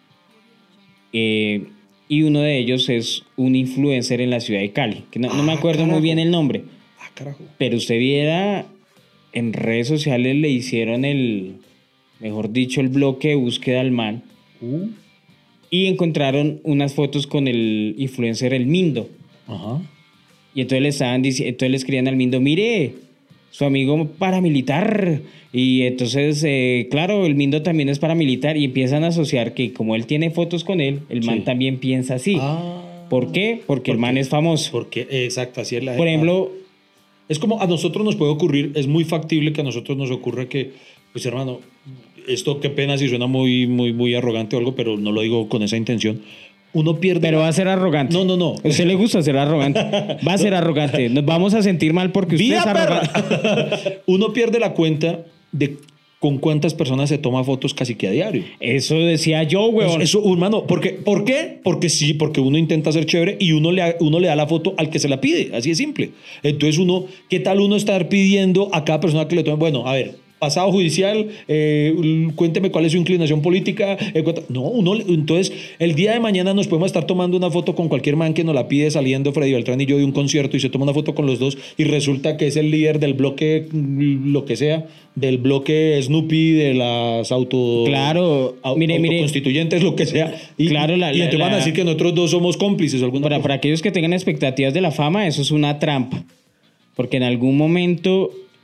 Speaker 2: Y uno de ellos es un influencer en la ciudad de Cali, que no me acuerdo muy bien el nombre.
Speaker 1: Carajo.
Speaker 2: Pero usted viera, en redes sociales le hicieron el bloque de búsqueda al man. Y encontraron unas fotos con el influencer El Mindo.
Speaker 1: Ajá.
Speaker 2: Y entonces le escribían al Mindo, mire, su amigo paramilitar. Y entonces, claro, el Mindo también es paramilitar y empiezan a asociar que como él tiene fotos con él, el man también piensa así. ¿Por qué? Porque el man es famoso.
Speaker 1: Exacto, así es la gente.
Speaker 2: Por ejemplo...
Speaker 1: Es como a nosotros nos puede ocurrir, es muy factible que a nosotros nos ocurra que, pues hermano, esto qué pena si suena muy, muy, muy arrogante o algo, pero no lo digo con esa intención. Uno pierde...
Speaker 2: Pero va a ser arrogante.
Speaker 1: No.
Speaker 2: ¿A usted le gusta ser arrogante? Va a ser arrogante. Nos vamos a sentir mal porque usted es arrogante.
Speaker 1: Uno pierde la cuenta de con cuántas personas se toma fotos casi que a diario.
Speaker 2: Eso decía yo, huevón.
Speaker 1: Eso, hermano, ¿por qué? Porque sí, porque uno intenta ser chévere y uno le da la foto al que se la pide. Así de simple. Entonces ¿qué tal uno estar pidiendo a cada persona que le tome? Bueno, a ver... pasado judicial, cuénteme cuál es su inclinación política. Entonces, el día de mañana nos podemos estar tomando una foto con cualquier man que nos la pide saliendo Freddy Beltrán y yo de un concierto y se toma una foto con los dos y resulta que es el líder del bloque, lo que sea, del bloque Snoopy, de las autoconstituyentes, lo que sea. Y entonces van a decir que nosotros dos somos cómplices.
Speaker 2: Para aquellos que tengan expectativas de la fama, eso es una trampa. Porque en algún momento...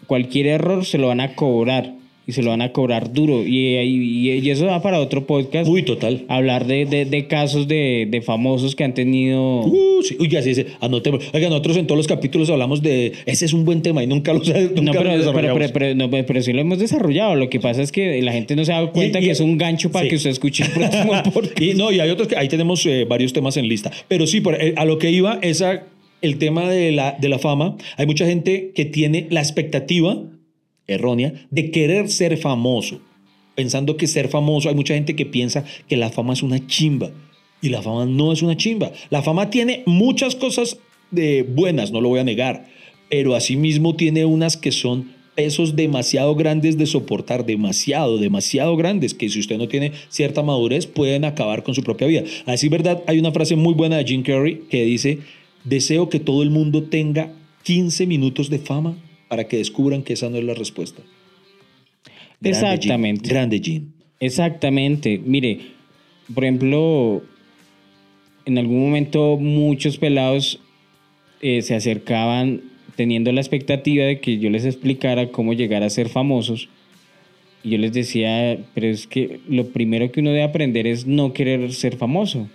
Speaker 2: cualquier error se lo van a cobrar. Y se lo van a cobrar duro. Y eso va para otro podcast.
Speaker 1: Uy, total.
Speaker 2: Hablar de casos de famosos que han tenido...
Speaker 1: Sí. Uy, así es. Anotemos. Oiga, nosotros en todos los capítulos hablamos de... Ese es un buen tema y nunca lo desarrollamos.
Speaker 2: Pero sí lo hemos desarrollado. Lo que pasa es que la gente no se da cuenta que es un gancho para que usted escuche el próximo podcast.
Speaker 1: Y hay otros que... Ahí tenemos varios temas en lista. Pero sí, a lo que iba es el tema de la fama. Hay mucha gente que tiene la expectativa... errónea de querer ser famoso, pensando que ser famoso, hay mucha gente que piensa que la fama es una chimba y la fama no es una chimba. La fama tiene muchas cosas buenas, no lo voy a negar, pero asimismo tiene unas que son pesos demasiado grandes de soportar, demasiado grandes, que si usted no tiene cierta madurez pueden acabar con su propia vida. Así, verdad, hay una frase muy buena de Jim Carrey que dice: deseo que todo el mundo tenga 15 minutos de fama para que descubran que esa no es la respuesta.
Speaker 2: Exactamente.
Speaker 1: Grande Jim.
Speaker 2: Exactamente. Mire, por ejemplo, en algún momento muchos pelados se acercaban teniendo la expectativa de que yo les explicara cómo llegar a ser famosos. Y yo les decía, pero es que lo primero que uno debe aprender es no querer ser famoso.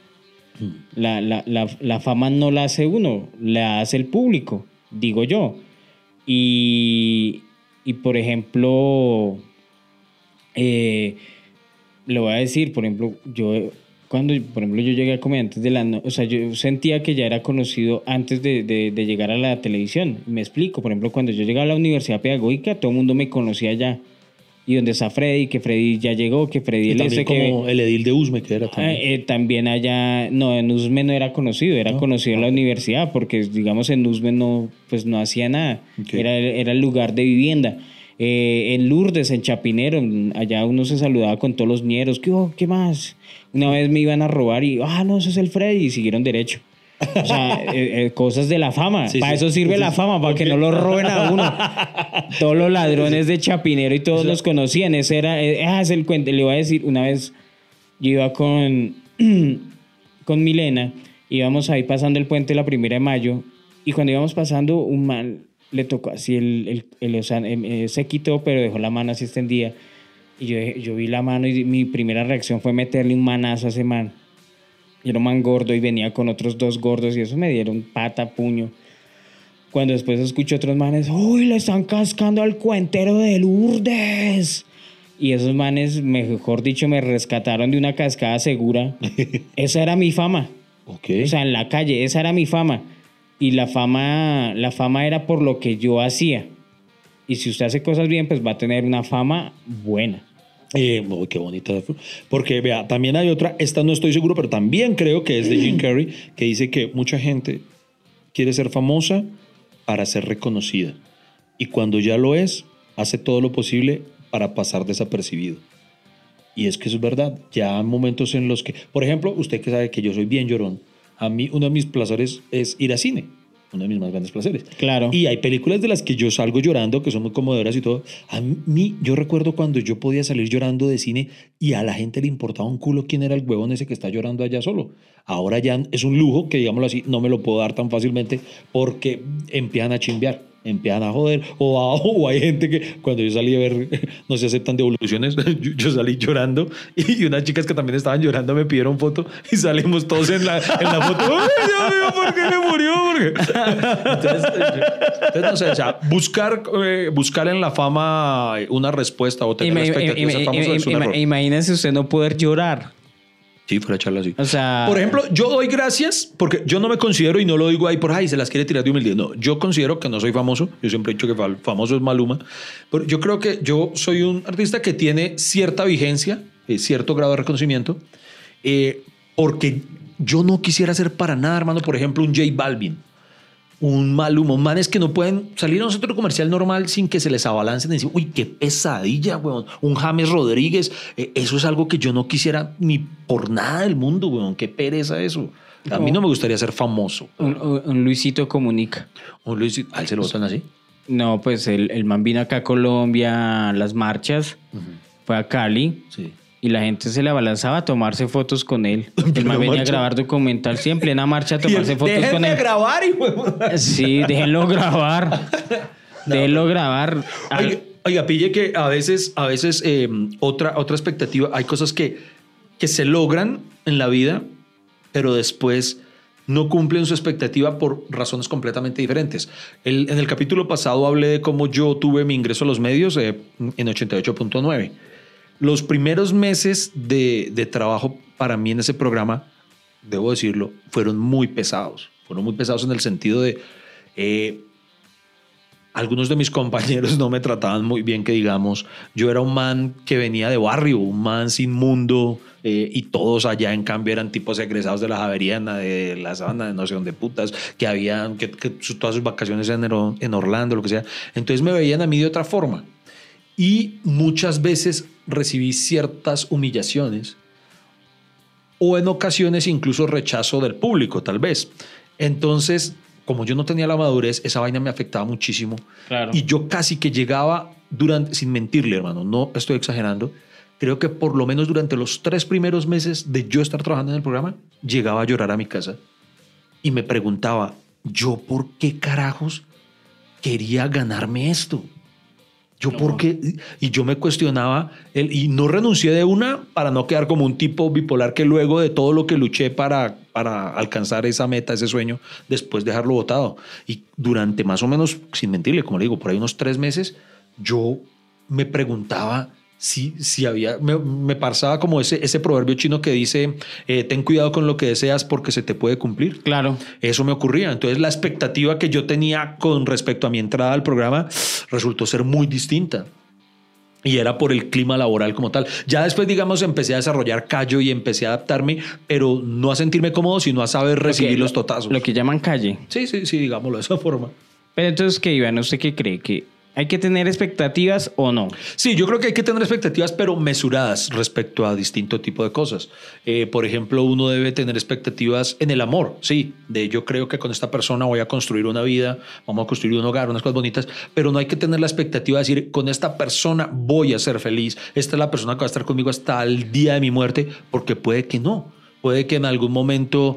Speaker 2: La fama no la hace uno, la hace el público, digo yo. Y por ejemplo, le voy a decir, por ejemplo, yo llegué a Comediantes de la Noche, o sea, yo sentía que ya era conocido antes de llegar a la televisión. Me explico, por ejemplo, cuando yo llegué a la Universidad Pedagógica, todo el mundo me conocía ya. Y donde está Freddy, que Freddy ya llegó, que Freddy...
Speaker 1: Y también como el edil de Usme, que era
Speaker 2: también. También allá... No, en Usme no era conocido, era conocido en la universidad, porque, digamos, en Usme no hacía nada. Okay. Era el lugar de vivienda. En Lourdes, en Chapinero, allá uno se saludaba con todos los ñeros. ¿Qué más? Una vez me iban a robar y... no, ese es el Freddy. Y siguieron derecho. O sea, cosas de la fama. Sí, para eso sirve la fama, para que no lo roben a uno. Todos los ladrones de Chapinero y todos los conocían. Ese es el cuento. Le voy a decir, una vez yo iba con Milena, íbamos ahí pasando el puente la 1 de mayo, y cuando íbamos pasando, un man le tocó así, se quitó, pero dejó la mano así extendida. Y yo vi la mano y mi primera reacción fue meterle un manazo a ese man. Y era un man gordo y venía con otros 2 gordos y eso me dieron pata, puño. Cuando después escuché otros manes, ¡uy, le están cascando al cuentero de Lourdes! Y esos manes, mejor dicho, me rescataron de una cascada segura. Esa era mi fama.
Speaker 1: Okay.
Speaker 2: O sea, en la calle, esa era mi fama. Y la fama era por lo que yo hacía. Y si usted hace cosas bien, pues va a tener una fama buena.
Speaker 1: Qué bonita. Porque vea, también hay otra, esta no estoy seguro, pero también creo que es de Jim Carrey, que dice que mucha gente quiere ser famosa para ser reconocida. Y cuando ya lo es, hace todo lo posible para pasar desapercibido. Y es que eso es verdad. Ya hay momentos en los que, por ejemplo, usted que sabe que yo soy bien llorón, a mí uno de mis placeres es ir al cine. Uno de mis más grandes placeres.
Speaker 2: Claro.
Speaker 1: Y hay películas de las que yo salgo llorando, que son muy conmovedoras y todo. A mí, yo recuerdo cuando yo podía salir llorando de cine y a la gente le importaba un culo quién era el huevón ese que está llorando allá solo. Ahora ya es un lujo que, digámoslo así, no me lo puedo dar tan fácilmente porque empiezan a chimbear, empiezan a joder. O hay gente que cuando yo salí a ver No se aceptan devoluciones, yo salí llorando y unas chicas que también estaban llorando me pidieron foto y salimos todos en la foto. ¡Ay, Dios mío, por qué me murió! Entonces, no sé, o sea, buscar en la fama una respuesta o tener expectativas de famoso es un error.
Speaker 2: Imagínese usted no poder llorar.
Speaker 1: Sí, fuera a charla así.
Speaker 2: O sea,
Speaker 1: por ejemplo, yo doy gracias porque yo no me considero, y no lo digo ahí por ahí, se las quiere tirar de humildad. No, yo considero que no soy famoso. Yo siempre he dicho que famoso es Maluma. Pero yo creo que yo soy un artista que tiene cierta vigencia, cierto grado de reconocimiento, porque yo no quisiera ser para nada, hermano, por ejemplo, un J Balvin, un Maluma, manes que no pueden salir a un centro comercial normal sin que se les abalancen y decir, uy, qué pesadilla, weón. Un James Rodríguez, eso es algo que yo no quisiera ni por nada del mundo, weón. Qué pereza eso. A mí no me gustaría ser famoso.
Speaker 2: Un Luisito Comunica.
Speaker 1: Un Luisito, ¿a él se lo votan así?
Speaker 2: No, pues el man vino acá a Colombia a las marchas, fue a Cali.
Speaker 1: Sí.
Speaker 2: Y la gente se le abalanzaba a tomarse fotos con él. El man venía a grabar documental siempre en la marcha a tomarse fotos con él.
Speaker 1: Déjenme grabar, hijo.
Speaker 2: Sí, déjenlo grabar. Déjelo grabar.
Speaker 1: Oiga, pille que a veces otra expectativa, hay cosas que se logran en la vida, pero después no cumplen su expectativa por razones completamente diferentes. En el capítulo pasado hablé de cómo yo tuve mi ingreso a los medios en 88.9. Los primeros meses de trabajo para mí en ese programa, debo decirlo, fueron muy pesados. Fueron muy pesados en el sentido de... algunos de mis compañeros no me trataban muy bien, que digamos. Yo era un man que venía de barrio, un man sin mundo, y todos allá en cambio eran tipos egresados de la Javeriana, de la Sabana, de no sé dónde putas, que habían que todas sus vacaciones en Orlando, lo que sea. Entonces me veían a mí de otra forma. Y muchas veces recibí ciertas humillaciones o en ocasiones incluso rechazo del público, tal vez. Entonces, como yo no tenía la madurez, esa vaina me afectaba muchísimo.
Speaker 2: Claro.
Speaker 1: Y yo casi que llegaba sin mentirle, hermano, no estoy exagerando, creo que por lo menos durante los 3 primeros meses de yo estar trabajando en el programa, llegaba a llorar a mi casa y me preguntaba, ¿yo por qué carajos quería ganarme esto? ¿Yo por qué? Y yo me cuestionaba, y no renuncié de una para no quedar como un tipo bipolar que luego de todo lo que luché para alcanzar esa meta, ese sueño, después dejarlo botado. Y durante más o menos, sin mentirle, como le digo, por ahí unos 3 meses, yo me preguntaba si había, me pasaba como ese proverbio chino que dice, ten cuidado con lo que deseas porque se te puede cumplir.
Speaker 2: Claro.
Speaker 1: Eso me ocurría. Entonces la expectativa que yo tenía con respecto a mi entrada al programa resultó ser muy distinta. Y era por el clima laboral como tal. Ya después, digamos, empecé a desarrollar callo y empecé a adaptarme, pero no a sentirme cómodo, sino a saber recibir los totazos.
Speaker 2: Lo que llaman calle.
Speaker 1: Sí, digámoslo de esa forma.
Speaker 2: Pero entonces, ¿qué, Iván? ¿Usted qué cree? ¿Que hay que tener expectativas o no?
Speaker 1: Sí, yo creo que hay que tener expectativas, pero mesuradas respecto a distinto tipo de cosas. Por ejemplo, uno debe tener expectativas en el amor. Sí, yo creo que con esta persona voy a construir una vida, vamos a construir un hogar, unas cosas bonitas, pero no hay que tener la expectativa de decir, con esta persona voy a ser feliz. Esta es la persona que va a estar conmigo hasta el día de mi muerte, porque puede que no. Puede que en algún momento...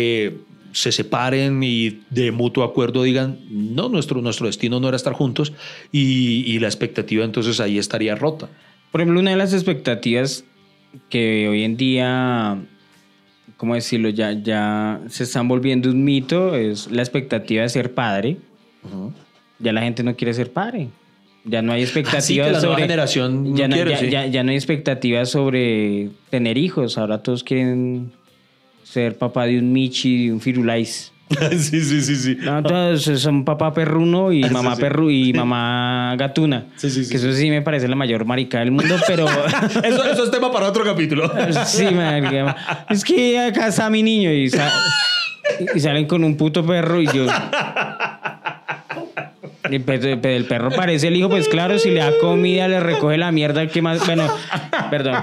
Speaker 1: se separen y de mutuo acuerdo digan, no, nuestro destino no era estar juntos, y la expectativa entonces ahí estaría rota.
Speaker 2: Por ejemplo, una de las expectativas que hoy en día, ¿cómo decirlo? Ya se están volviendo un mito, es la expectativa de ser padre. Uh-huh. Ya la gente no quiere ser padre. Ya no hay expectativas
Speaker 1: sí, que la
Speaker 2: sobre...
Speaker 1: nueva generación
Speaker 2: ya,
Speaker 1: no quiere,
Speaker 2: ya no hay expectativas sobre tener hijos. Ahora todos quieren... ser papá de un Michi, de un Firulais.
Speaker 1: Sí.
Speaker 2: No, todos son papá perruno y mamá perru y mamá gatuna. Sí. Que eso sí me parece la mayor marica del mundo, pero...
Speaker 1: eso es tema para otro capítulo.
Speaker 2: Sí, marica. Es que acá está mi niño y salen con un puto perro y yo... El perro parece el hijo, pues claro, si le da comida, le recoge la mierda, ¿qué más? Bueno, perdón.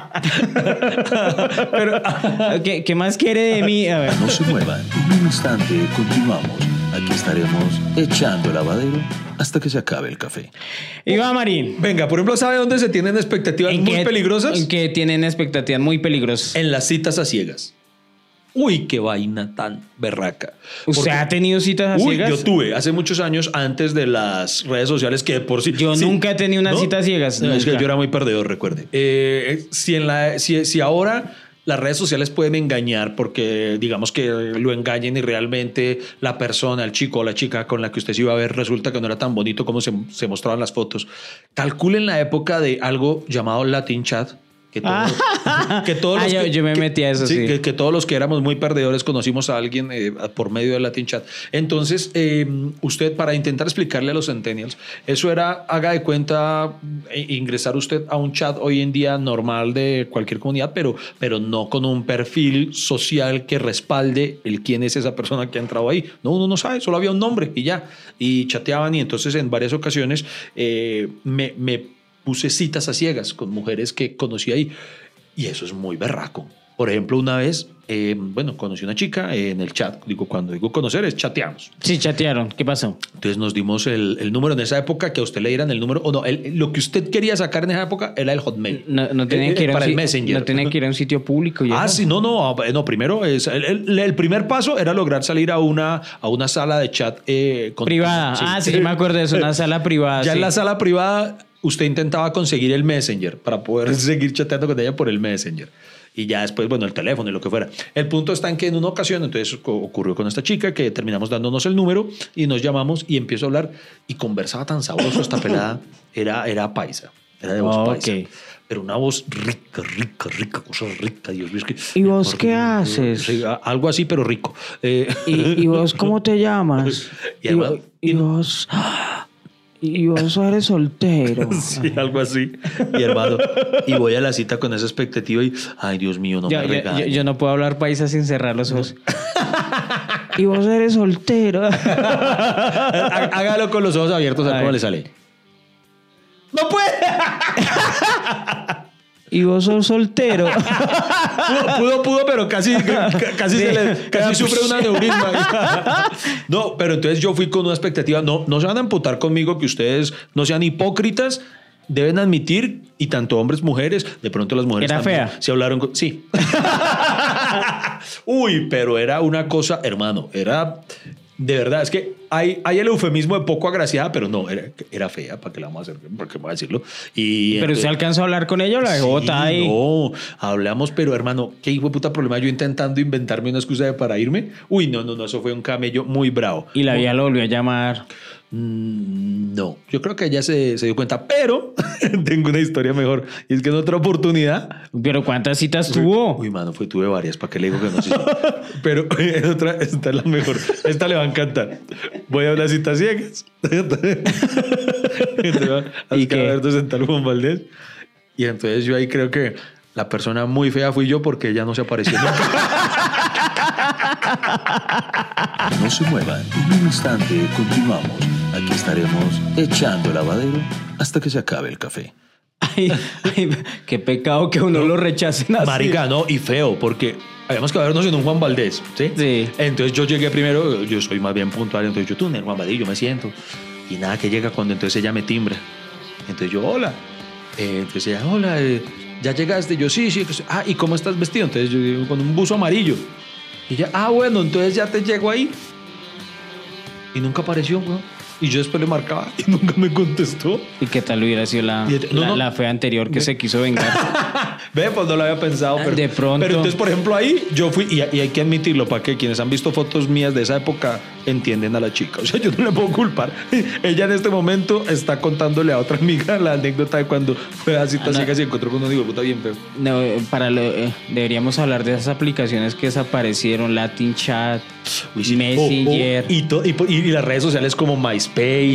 Speaker 2: Pero, ¿qué más quiere de mí? A ver.
Speaker 3: No se muevan, en un instante continuamos. Aquí estaremos echando el lavadero hasta que se acabe el café.
Speaker 2: Iván Marín.
Speaker 1: Venga, por ejemplo, ¿sabe dónde se tienen expectativas muy peligrosas?
Speaker 2: ¿En qué tienen expectativas muy peligrosas?
Speaker 1: En las citas a ciegas. Uy, qué vaina tan berraca.
Speaker 2: ¿Usted ha tenido citas a ciegas?
Speaker 1: Yo tuve hace muchos años, antes de las redes sociales, que por sí...
Speaker 2: Yo nunca he tenido una cita a ciegas.
Speaker 1: No, es que yo era muy perdedor, recuerde. Si ahora las redes sociales pueden engañar, porque digamos que lo engañen y realmente la persona, el chico o la chica con la que usted se iba a ver resulta que no era tan bonito como se mostraban las fotos. Calculen la época de algo llamado Latin Chat.
Speaker 2: Yo me metí a eso, sí.
Speaker 1: Que todos los que éramos muy perdedores conocimos a alguien por medio del Latin Chat. Entonces, usted, para intentar explicarle a los centennials, eso era, haga de cuenta, ingresar usted a un chat hoy en día normal de cualquier comunidad, pero no con un perfil social que respalde el quién es esa persona que ha entrado ahí. No, uno no sabe, solo había un nombre y ya. Y chateaban, y entonces en varias ocasiones me puse citas a ciegas con mujeres que conocí ahí. Y eso es muy berraco. Por ejemplo, una vez, conocí una chica en el chat. Cuando digo conocer, es chateamos.
Speaker 2: Sí, chatearon. ¿Qué pasó?
Speaker 1: Entonces nos dimos el número en esa época, que a usted le dieran el número, o no, lo que usted quería sacar en esa época era el Hotmail.
Speaker 2: No tenía que ir
Speaker 1: para el Messenger.
Speaker 2: No tenía que ir a un sitio público. Y eso.
Speaker 1: Sí, no, primero el primer paso era lograr salir a una sala de chat
Speaker 2: privada. Sí, me acuerdo de eso, una sala privada.
Speaker 1: Ya en la sala privada usted intentaba conseguir el Messenger para poder seguir chateando con ella por el Messenger. Y ya después, el teléfono y lo que fuera. El punto está en que en una ocasión, entonces ocurrió con esta chica que terminamos dándonos el número y nos llamamos y empiezo a hablar y conversaba tan sabroso esta pelada. Era paisa, era de voz paisa.
Speaker 2: Okay.
Speaker 1: Pero una voz rica, cosa rica, Dios mío.
Speaker 2: ¿Y vos qué haces?
Speaker 1: Algo así, pero rico.
Speaker 2: ¿Y vos cómo te llamas? ¿Y vos... Y vos eres soltero.
Speaker 1: Sí, algo así. Y hermano, y voy a la cita con esa expectativa y, ay, Dios mío, no me regañes.
Speaker 2: Yo no puedo hablar paisa sin cerrar los ojos. Y vos eres soltero.
Speaker 1: Hágalo con los ojos abiertos, a ver cómo le sale. ¡No puede!
Speaker 2: Y vos sos soltero.
Speaker 1: Pudo, pero casi sufre una neurisma. No, pero entonces yo fui con una expectativa. No se van a emputar conmigo, que ustedes no sean hipócritas. Deben admitir, y tanto hombres, mujeres, de pronto las mujeres
Speaker 2: ¿Era
Speaker 1: también,
Speaker 2: fea?
Speaker 1: se hablaron con... Sí. Uy, pero era una cosa, hermano, era... De verdad, es que hay el eufemismo de poco agraciada, pero no, era fea, ¿para qué la vamos a hacer? ¿Para qué voy a decirlo?
Speaker 2: ¿Pero usted alcanzó a hablar con ella o la dejó botada ahí?
Speaker 1: No, hablamos, pero hermano, qué hijo de puta problema, yo intentando inventarme una excusa para irme. Uy, no, eso fue un camello muy bravo.
Speaker 2: ¿Y la vieja lo volvió a llamar?
Speaker 1: No, yo creo que ella se dio cuenta, pero tengo una historia mejor. Y es que en otra oportunidad...
Speaker 2: ¿Pero cuántas citas tuvo?
Speaker 1: Uy, mano, tuve varias, ¿para qué le digo que no sé? Pero en otra, esta es la mejor. Esta le va a encantar. Voy a unas citas ciegas. ¿Y qué? Alberto Central Juan Valdés. Y entonces yo ahí creo que la persona muy fea fui yo, porque ella no se apareció nunca.
Speaker 3: No se muevan, en un instante continuamos. Aquí estaremos echando lavadero hasta que se acabe el café.
Speaker 2: Ay, qué pecado que uno lo rechacen así.
Speaker 1: Marica, no, y feo, porque habíamos que vernos en un Juan Valdés, ¿sí?
Speaker 2: Sí.
Speaker 1: Entonces yo llegué primero, yo soy más bien puntual, entonces yo, tú en el Juan Valdés, yo me siento. Y nada, que llega cuando entonces ella me timbra. Entonces yo, hola. Entonces ella, hola, ¿ya llegaste? Yo, sí. ¿Y cómo estás vestido? Entonces yo digo, con un buzo amarillo. Y ella, bueno, entonces ya te llego ahí. Y nunca apareció, ¿no? Y yo después le marcaba y nunca me contestó.
Speaker 2: ¿Y qué tal hubiera sido la fea anterior que se quiso vengar?
Speaker 1: Ve, pues no lo había pensado. Pero,
Speaker 2: de pronto.
Speaker 1: Pero entonces, por ejemplo, ahí yo fui, y hay que admitirlo, para que quienes han visto fotos mías de esa época entienden a la chica. O sea, yo no le puedo culpar. Ella en este momento está contándole a otra amiga la anécdota de cuando fue a citas ciegas y encontró con un hijo de puta bien feo.
Speaker 2: No, deberíamos hablar de esas aplicaciones que desaparecieron, Latin Chat, Messenger.
Speaker 1: Y las redes sociales como MySpace.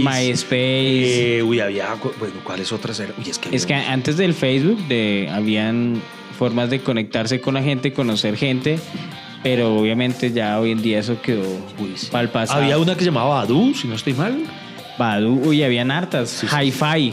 Speaker 1: Había... Bueno, ¿cuáles otras eran?
Speaker 2: Es que antes del Facebook habían formas de conectarse con la gente, conocer gente, pero obviamente ya hoy en día eso quedó para el pasado.
Speaker 1: Había una que se llamaba Badoo, si no estoy mal.
Speaker 2: Badoo, habían hartas. Sí. Hi-Fi.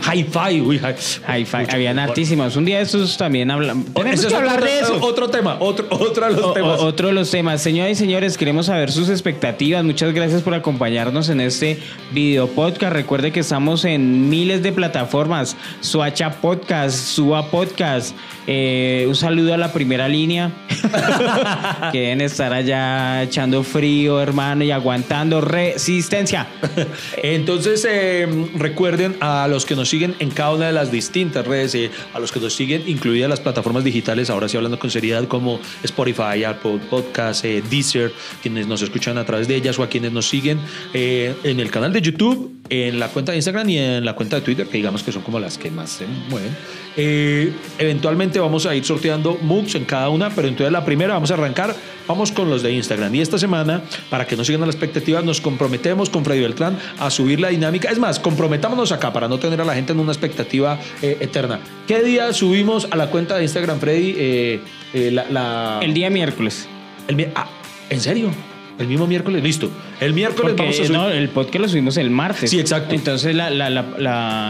Speaker 2: Habían hartísimas. Un día de estos también hablamos. Tenemos que hablar de eso.
Speaker 1: Otro tema, otro de los temas.
Speaker 2: Otro de los temas. Señoras y señores, queremos saber sus expectativas. Muchas gracias por acompañarnos en este video podcast. Recuerde que estamos en miles de plataformas. Suacha Podcast, Suba Podcast. Un saludo a la primera línea. Que deben estar allá echando frío, hermano, y aguantando resistencia.
Speaker 1: Entonces, recuerden a los que nos siguen en cada una de las distintas redes, a los que nos siguen, incluidas las plataformas digitales, ahora sí hablando con seriedad, como Spotify, Apple Podcasts, Deezer, quienes nos escuchan a través de ellas, o a quienes nos siguen en el canal de YouTube, en la cuenta de Instagram y en la cuenta de Twitter, que digamos que son como las que más se mueven. Eventualmente vamos a ir sorteando mugs en cada una, pero entonces la primera vamos con los de Instagram. Y esta semana, para que no sigan a la expectativa, nos comprometemos con Freddy Beltrán a subir la dinámica. Es más, comprometámonos acá para no tener a la gente en una expectativa eterna. ¿Qué día subimos a la cuenta de Instagram, Freddy?
Speaker 2: El día miércoles.
Speaker 1: ¿En serio? El mismo miércoles, listo. El miércoles vamos a subir.
Speaker 2: No, el podcast lo subimos el martes.
Speaker 1: Sí, exacto.
Speaker 2: Entonces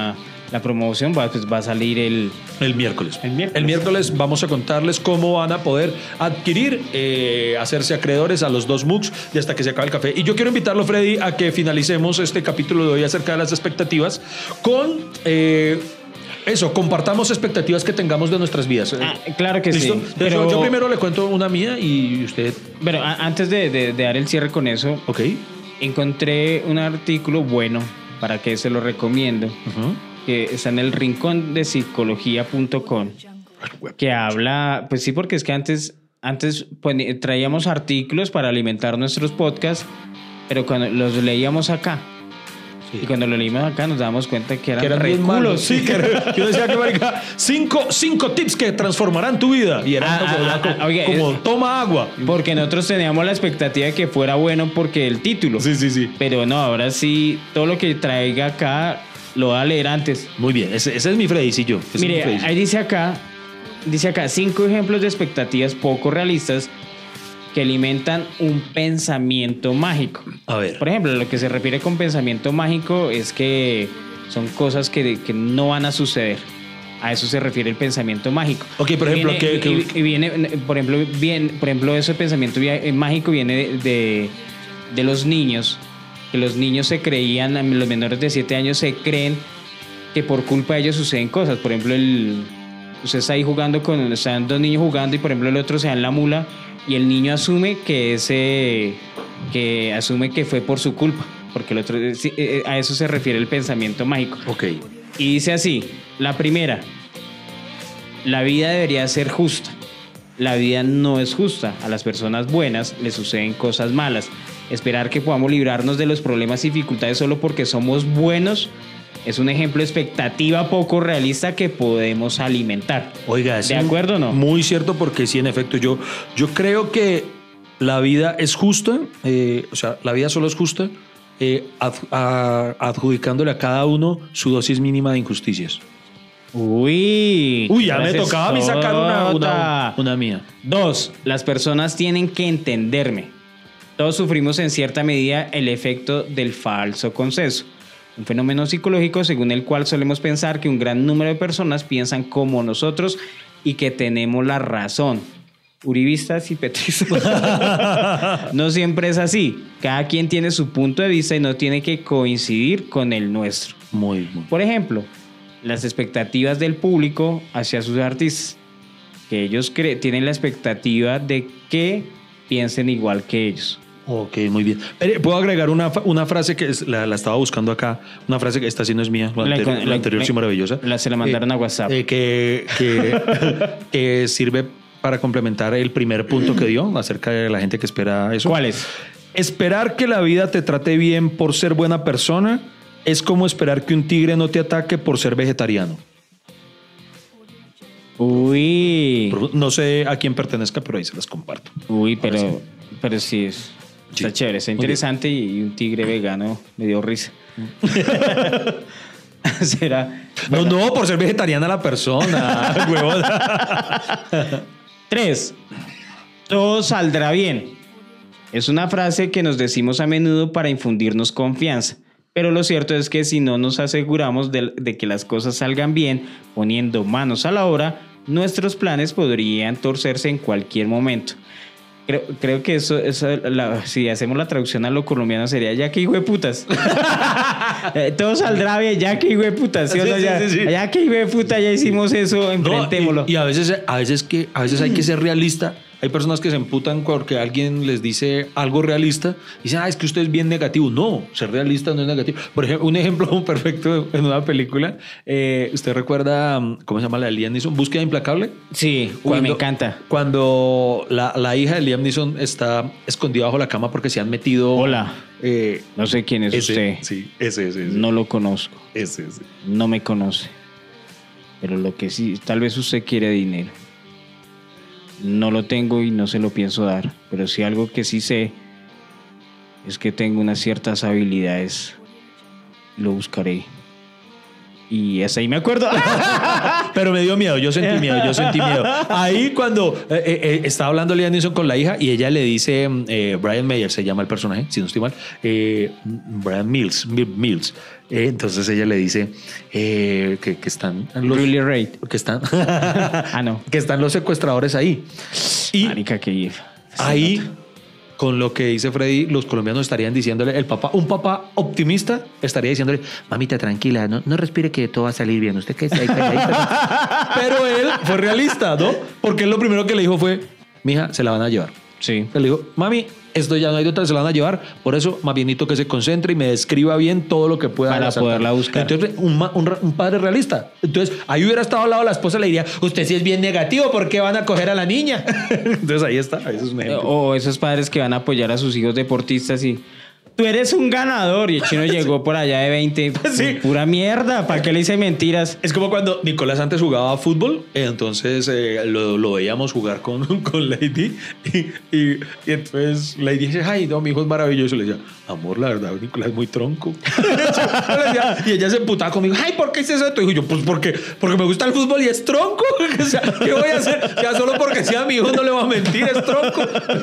Speaker 2: La promoción va a salir el
Speaker 1: miércoles.
Speaker 2: miércoles.
Speaker 1: El miércoles vamos a contarles cómo van a poder adquirir, hacerse acreedores a los 2 MOOCs y hasta que se acabe el café. Y yo quiero invitarlo, Freddy, a que finalicemos este capítulo de hoy acerca de las expectativas con... compartamos expectativas que tengamos de nuestras vidas.
Speaker 2: Claro que
Speaker 1: ¿Listo?
Speaker 2: sí.
Speaker 1: Pero yo primero le cuento una mía y usted...
Speaker 2: Pero antes de dar el cierre con eso,
Speaker 1: Ok.
Speaker 2: encontré un artículo bueno para que se lo recomiendo, que está en el rincondepsicología.com, que habla, pues sí, porque es que antes traíamos artículos para alimentar nuestros podcasts, pero cuando los leíamos acá, y cuando lo leímos acá nos dábamos cuenta que eran
Speaker 1: bien malos.
Speaker 2: reculos.
Speaker 1: Sí, yo decía que marica, 5 tips que transformarán tu vida. Y eran como toma agua.
Speaker 2: Porque nosotros teníamos la expectativa de que fuera bueno porque el título.
Speaker 1: Sí.
Speaker 2: Pero no, ahora sí, todo lo que traiga acá lo va a leer antes.
Speaker 1: Muy bien, ese es mi Fredicillo.
Speaker 2: Mire, ahí dice acá 5 ejemplos de expectativas poco realistas que alimentan un pensamiento mágico.
Speaker 1: A ver.
Speaker 2: Por ejemplo, lo que se refiere con pensamiento mágico es que son cosas que no van a suceder. A eso se refiere el pensamiento mágico.
Speaker 1: Ok, por ejemplo,
Speaker 2: por ejemplo, ese pensamiento mágico viene de los niños, que los niños se creían, los menores de 7 años se creen que por culpa de ellos suceden cosas. Por ejemplo, usted está ahí están 2 niños jugando y por ejemplo el otro se da en la mula y el niño asume que fue por su culpa, porque el otro, a eso se refiere el pensamiento mágico.
Speaker 1: Ok.
Speaker 2: Y dice así, la primera, la vida debería ser justa. La vida no es justa. A las personas buenas les suceden cosas malas. Esperar que podamos librarnos de los problemas y dificultades solo porque somos buenos es un ejemplo de expectativa poco realista que podemos alimentar.
Speaker 1: Oiga,
Speaker 2: ¿de acuerdo o no?
Speaker 1: Muy cierto, porque sí, en efecto, yo creo que la vida es justa, la vida solo es justa adjudicándole a cada uno su dosis mínima de injusticias.
Speaker 2: Uy,
Speaker 1: ya me tocaba a mí sacar una mía.
Speaker 2: 2, las personas tienen que entenderme. Todos sufrimos en cierta medida el efecto del falso consenso. Un fenómeno psicológico según el cual solemos pensar que un gran número de personas piensan como nosotros y que tenemos la razón. Uribistas y petristas. No siempre es así. Cada quien tiene su punto de vista y no tiene que coincidir con el nuestro.
Speaker 1: Muy.
Speaker 2: Por ejemplo, las expectativas del público hacia sus artistas. Que ellos tienen la expectativa de que piensen igual que ellos.
Speaker 1: Ok, muy bien. Puedo agregar una frase que la estaba buscando acá. Una frase que esta sí no es mía. La anterior sí maravillosa.
Speaker 2: Se la mandaron a WhatsApp.
Speaker 1: Que sirve para complementar el primer punto que dio acerca de la gente que espera eso.
Speaker 2: ¿Cuál es?
Speaker 1: Esperar que la vida te trate bien por ser buena persona es como esperar que un tigre no te ataque por ser vegetariano.
Speaker 2: Uy.
Speaker 1: No sé a quién pertenezca, pero ahí se las comparto.
Speaker 2: Uy, pero sí es. Está chévere, está interesante y un tigre vegano me dio risa. ¿Será?
Speaker 1: No, por ser vegetariana la persona, huevona.
Speaker 2: 3. Todo saldrá bien. Es una frase que nos decimos a menudo para infundirnos confianza. Pero lo cierto es que si no nos aseguramos de que las cosas salgan bien, poniendo manos a la obra, nuestros planes podrían torcerse en cualquier momento. Creo que eso si hacemos la traducción a lo colombiano sería ya que hijo de putas. Todo saldrá bien, ya que hijo de putas. ¿Sí? Ya que hijo de puta, ya hicimos eso, enfrentémoslo.
Speaker 1: Y a veces hay que ser realista. Hay personas que se emputan porque alguien les dice algo realista y dicen, es que usted es bien negativo. No, ser realista no es negativo. Por ejemplo, un ejemplo perfecto en una película. ¿Usted recuerda cómo se llama la de Liam Neeson? ¿Búsqueda implacable?
Speaker 2: Sí, me encanta.
Speaker 1: Cuando la hija de Liam Neeson está escondida bajo la cama porque se han metido...
Speaker 2: Hola. No sé quién es usted.
Speaker 1: Sí, ese.
Speaker 2: No lo conozco.
Speaker 1: Ese.
Speaker 2: No me conoce. Pero lo que sí, tal vez usted quiere dinero. No lo tengo y no se lo pienso dar, pero sí algo que sí sé es que tengo unas ciertas habilidades. Lo buscaré. Y esa ahí me acuerdo.
Speaker 1: Pero me dio miedo, yo sentí miedo. Ahí cuando estaba hablando Liam Neeson con la hija y ella le dice, Brian Mayer se llama el personaje, si no estoy mal, Brian Mills. Entonces ella le dice que están los...
Speaker 2: Really Ray.
Speaker 1: Que están...
Speaker 2: no.
Speaker 1: Que están los secuestradores ahí. Y
Speaker 2: marica, que...
Speaker 1: ahí... Con lo que dice Freddy, los colombianos estarían diciéndole, un papá optimista estaría diciéndole, mamita, tranquila, no respire que todo va a salir bien. Usted que está ahí calladita. Pero él fue realista, ¿no? Porque él lo primero que le dijo fue, mija, se la van a llevar.
Speaker 2: Sí.
Speaker 1: Él le dijo, mami, esto ya no hay de otra, se la van a llevar. Por eso, más bienito que se concentre y me describa bien todo lo que pueda.
Speaker 2: Para poderla buscar.
Speaker 1: Entonces, un padre realista. Entonces, ahí hubiera estado al lado de la esposa, le diría, usted sí es bien negativo, ¿por qué van a coger a la niña? Entonces, ahí está. Eso es un ejemplo.
Speaker 2: O esos padres que van a apoyar a sus hijos deportistas y... Tú eres un ganador. Y el chino llegó por allá de 20.
Speaker 1: Sí.
Speaker 2: Pura mierda. ¿Para qué le hice mentiras?
Speaker 1: Es como cuando Nicolás antes jugaba fútbol, entonces lo veíamos jugar con Lady y entonces Lady dice, ay, no, mi hijo es maravilloso. Le decía, amor, la verdad, Nicolás es muy tronco. Y ella se emputaba conmigo, ay, ¿por qué hice eso? Y yo, pues porque me gusta el fútbol y es tronco. O sea, ¿qué voy a hacer? Ya solo porque sea mi hijo no le voy a mentir, es tronco.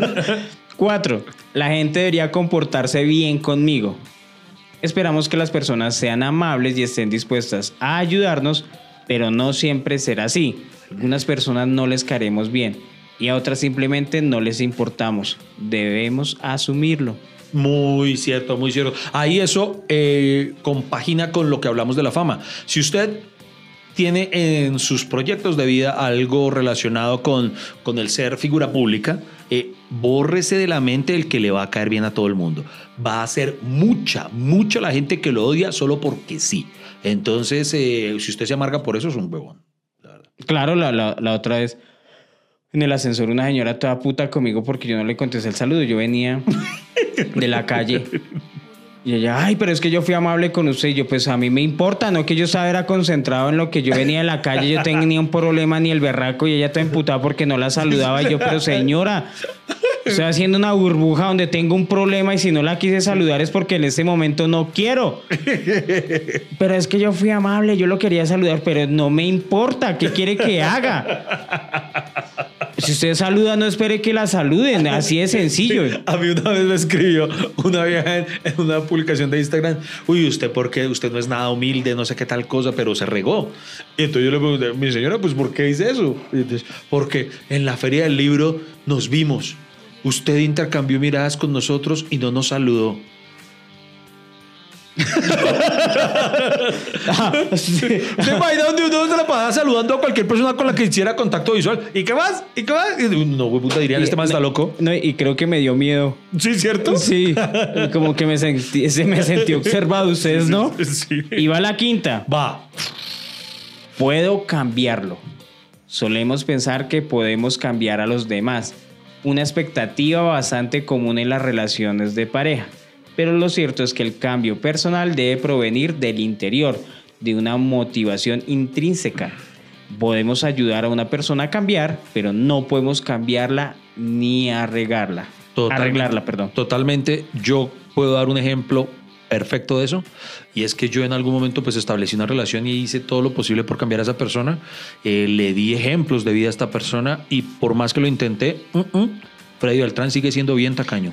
Speaker 2: 4. La gente debería comportarse bien conmigo. Esperamos que las personas sean amables y estén dispuestas a ayudarnos, pero no siempre será así. A algunas personas no les caeremos bien y a otras simplemente no les importamos. Debemos asumirlo.
Speaker 1: Muy cierto, muy cierto. Ahí eso compagina con lo que hablamos de la fama. Si usted tiene en sus proyectos de vida algo relacionado con el ser figura pública, bórrese de la mente el que le va a caer bien a todo el mundo. Va a ser mucha la gente que lo odia solo porque sí. Entonces, si usted se amarga por eso, es un huevón.
Speaker 2: Claro, la otra vez en el ascensor una señora toda puta conmigo porque yo no le contesté el saludo. Yo venía de la calle y ella, ay, pero es que yo fui amable con usted. Y yo, pues a mí me importa, no que yo estaba concentrado en lo que yo venía de la calle. Yo tenía un problema ni el berraco y ella toda emputada porque no la saludaba. Y yo, pero señora, estoy haciendo una burbuja donde tengo un problema y si no la quise saludar es porque en este momento no quiero. Pero es que yo fui amable, yo lo quería saludar, pero no me importa. ¿Qué quiere que haga? Si usted saluda, no espere que la saluden. Así de sencillo.
Speaker 1: A mí una vez me escribió una vieja en una publicación de Instagram, uy, ¿usted por qué? Usted no es nada humilde, no sé qué tal cosa, pero se regó. Y entonces yo le pregunté, mi señora, pues ¿por qué dice eso? Y entonces, porque en la feria del libro nos vimos. Usted intercambió miradas con nosotros y no nos saludó. ¿Se imagina donde uno se la pasaba saludando a cualquier persona con la que hiciera contacto visual? ¿Y qué más? ¿Y qué más? Y no, puta, dirían, este man está loco.
Speaker 2: No, y creo que me dio miedo.
Speaker 1: ¿Sí, cierto?
Speaker 2: Sí, como que me sentí observado. ¿Ustedes no?
Speaker 1: Sí.
Speaker 2: Y va la 5.
Speaker 1: Va.
Speaker 2: Puedo cambiarlo. Solemos pensar que podemos cambiar a los demás. Una expectativa bastante común en las relaciones de pareja. Pero lo cierto es que el cambio personal debe provenir del interior, de una motivación intrínseca. Podemos ayudar a una persona a cambiar, pero no podemos cambiarla ni arreglarla. Totalmente.
Speaker 1: Yo puedo dar un ejemplo perfecto de eso, y es que yo en algún momento pues establecí una relación y hice todo lo posible por cambiar a esa persona. Le di ejemplos de vida a esta persona y por más que lo intenté, Freddy Beltrán sigue siendo bien tacaño.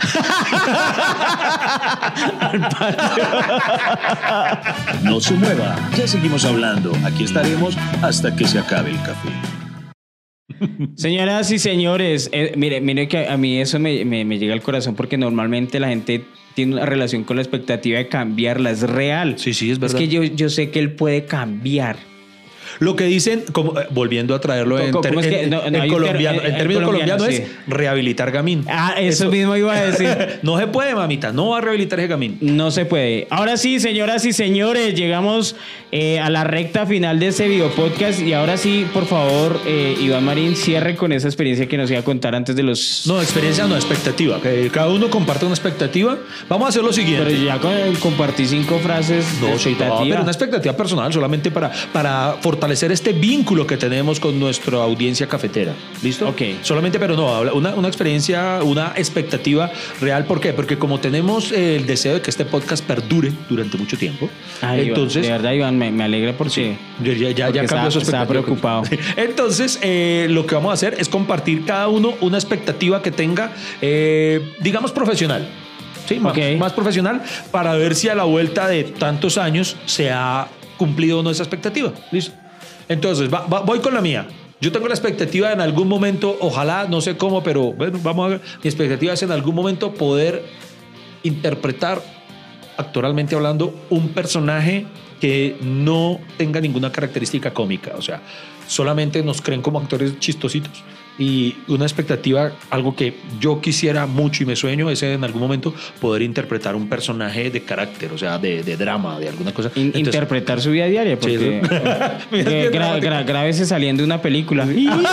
Speaker 3: No se mueva, ya seguimos hablando. Aquí estaremos hasta que se acabe el café.
Speaker 2: Señoras y señores, mire que a mí eso me llega al corazón porque normalmente la gente tiene una relación con la expectativa de cambiarla. Es real.
Speaker 1: Sí, es verdad.
Speaker 2: Es que yo sé que él puede cambiar.
Speaker 1: Lo que dicen, como, volviendo a traerlo en términos colombianos,
Speaker 2: sí,
Speaker 1: es rehabilitar gamín.
Speaker 2: Eso mismo iba a decir.
Speaker 1: No se puede, mamita, no va a rehabilitar ese gamín.
Speaker 2: No se puede. Ahora sí, señoras y señores, llegamos a la recta final de este video podcast y ahora sí, por favor, Iván Marín, cierre con esa experiencia que nos iba a contar antes de los...
Speaker 1: No, experiencia no, expectativa. Cada uno comparte una expectativa. Vamos a hacer lo siguiente.
Speaker 2: Pero ya compartí 5 frases de expectativa.
Speaker 1: Pero una expectativa personal solamente para fortalecer fortalecer este vínculo que tenemos con nuestra audiencia cafetera. ¿Listo?
Speaker 2: Ok.
Speaker 1: Solamente, pero no, una experiencia, una expectativa real. ¿Por qué? Porque como tenemos el deseo de que este podcast perdure durante mucho tiempo,
Speaker 2: Ay,
Speaker 1: entonces...
Speaker 2: Iván, de verdad, Iván, me alegra porque...
Speaker 1: Ya cambió su expectativa.
Speaker 2: Estaba preocupado.
Speaker 1: Entonces, lo que vamos a hacer es compartir cada uno una expectativa que tenga, digamos, profesional. Sí, más profesional, para ver si a la vuelta de tantos años se ha cumplido o no esa expectativa. ¿Listo? Entonces, voy con la mía. Yo tengo la expectativa de en algún momento, ojalá, no sé cómo, pero bueno, vamos a ver. Mi expectativa es en algún momento poder interpretar, actoralmente hablando, un personaje que no tenga ninguna característica cómica. O sea, solamente nos creen como actores chistositos. Y una expectativa, algo que yo quisiera mucho y me sueño, es en algún momento poder interpretar un personaje de carácter, o sea, de drama, de alguna cosa. Entonces,
Speaker 2: interpretar su vida diaria, porque grábese saliendo de una película.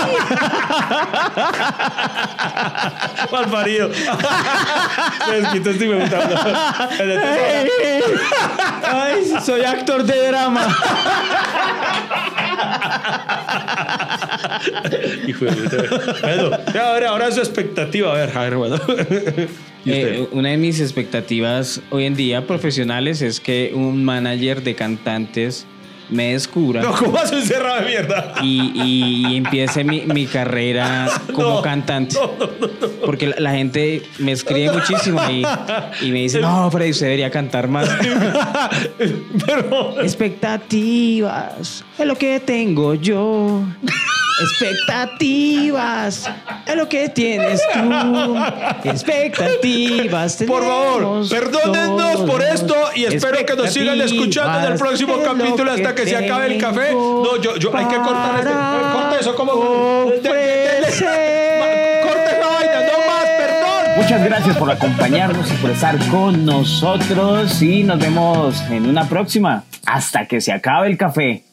Speaker 1: Mal parido.
Speaker 2: Ay, soy actor de drama.
Speaker 1: Hijo de puta. Bueno, ahora su expectativa. A ver, bueno.
Speaker 2: Una de mis expectativas hoy en día profesionales es que un manager de cantantes me descubra.
Speaker 1: No, ¿cómo vas a encerrar de mierda?
Speaker 2: Y empiece mi carrera como cantante. No. Porque la gente me escribe muchísimo y me dice, no, Freddy, usted debería cantar más. Pero... Expectativas es lo que tengo yo. Expectativas es lo que tienes tú. Expectativas.
Speaker 1: Por favor, perdónennos por esto y espero que nos sigan escuchando en el próximo capítulo hasta que se acabe el café. No, yo hay que cortar corta eso como corta esa vaina, no más, perdón.
Speaker 4: Muchas gracias por acompañarnos y por estar con nosotros y nos vemos en una próxima hasta que se acabe el café.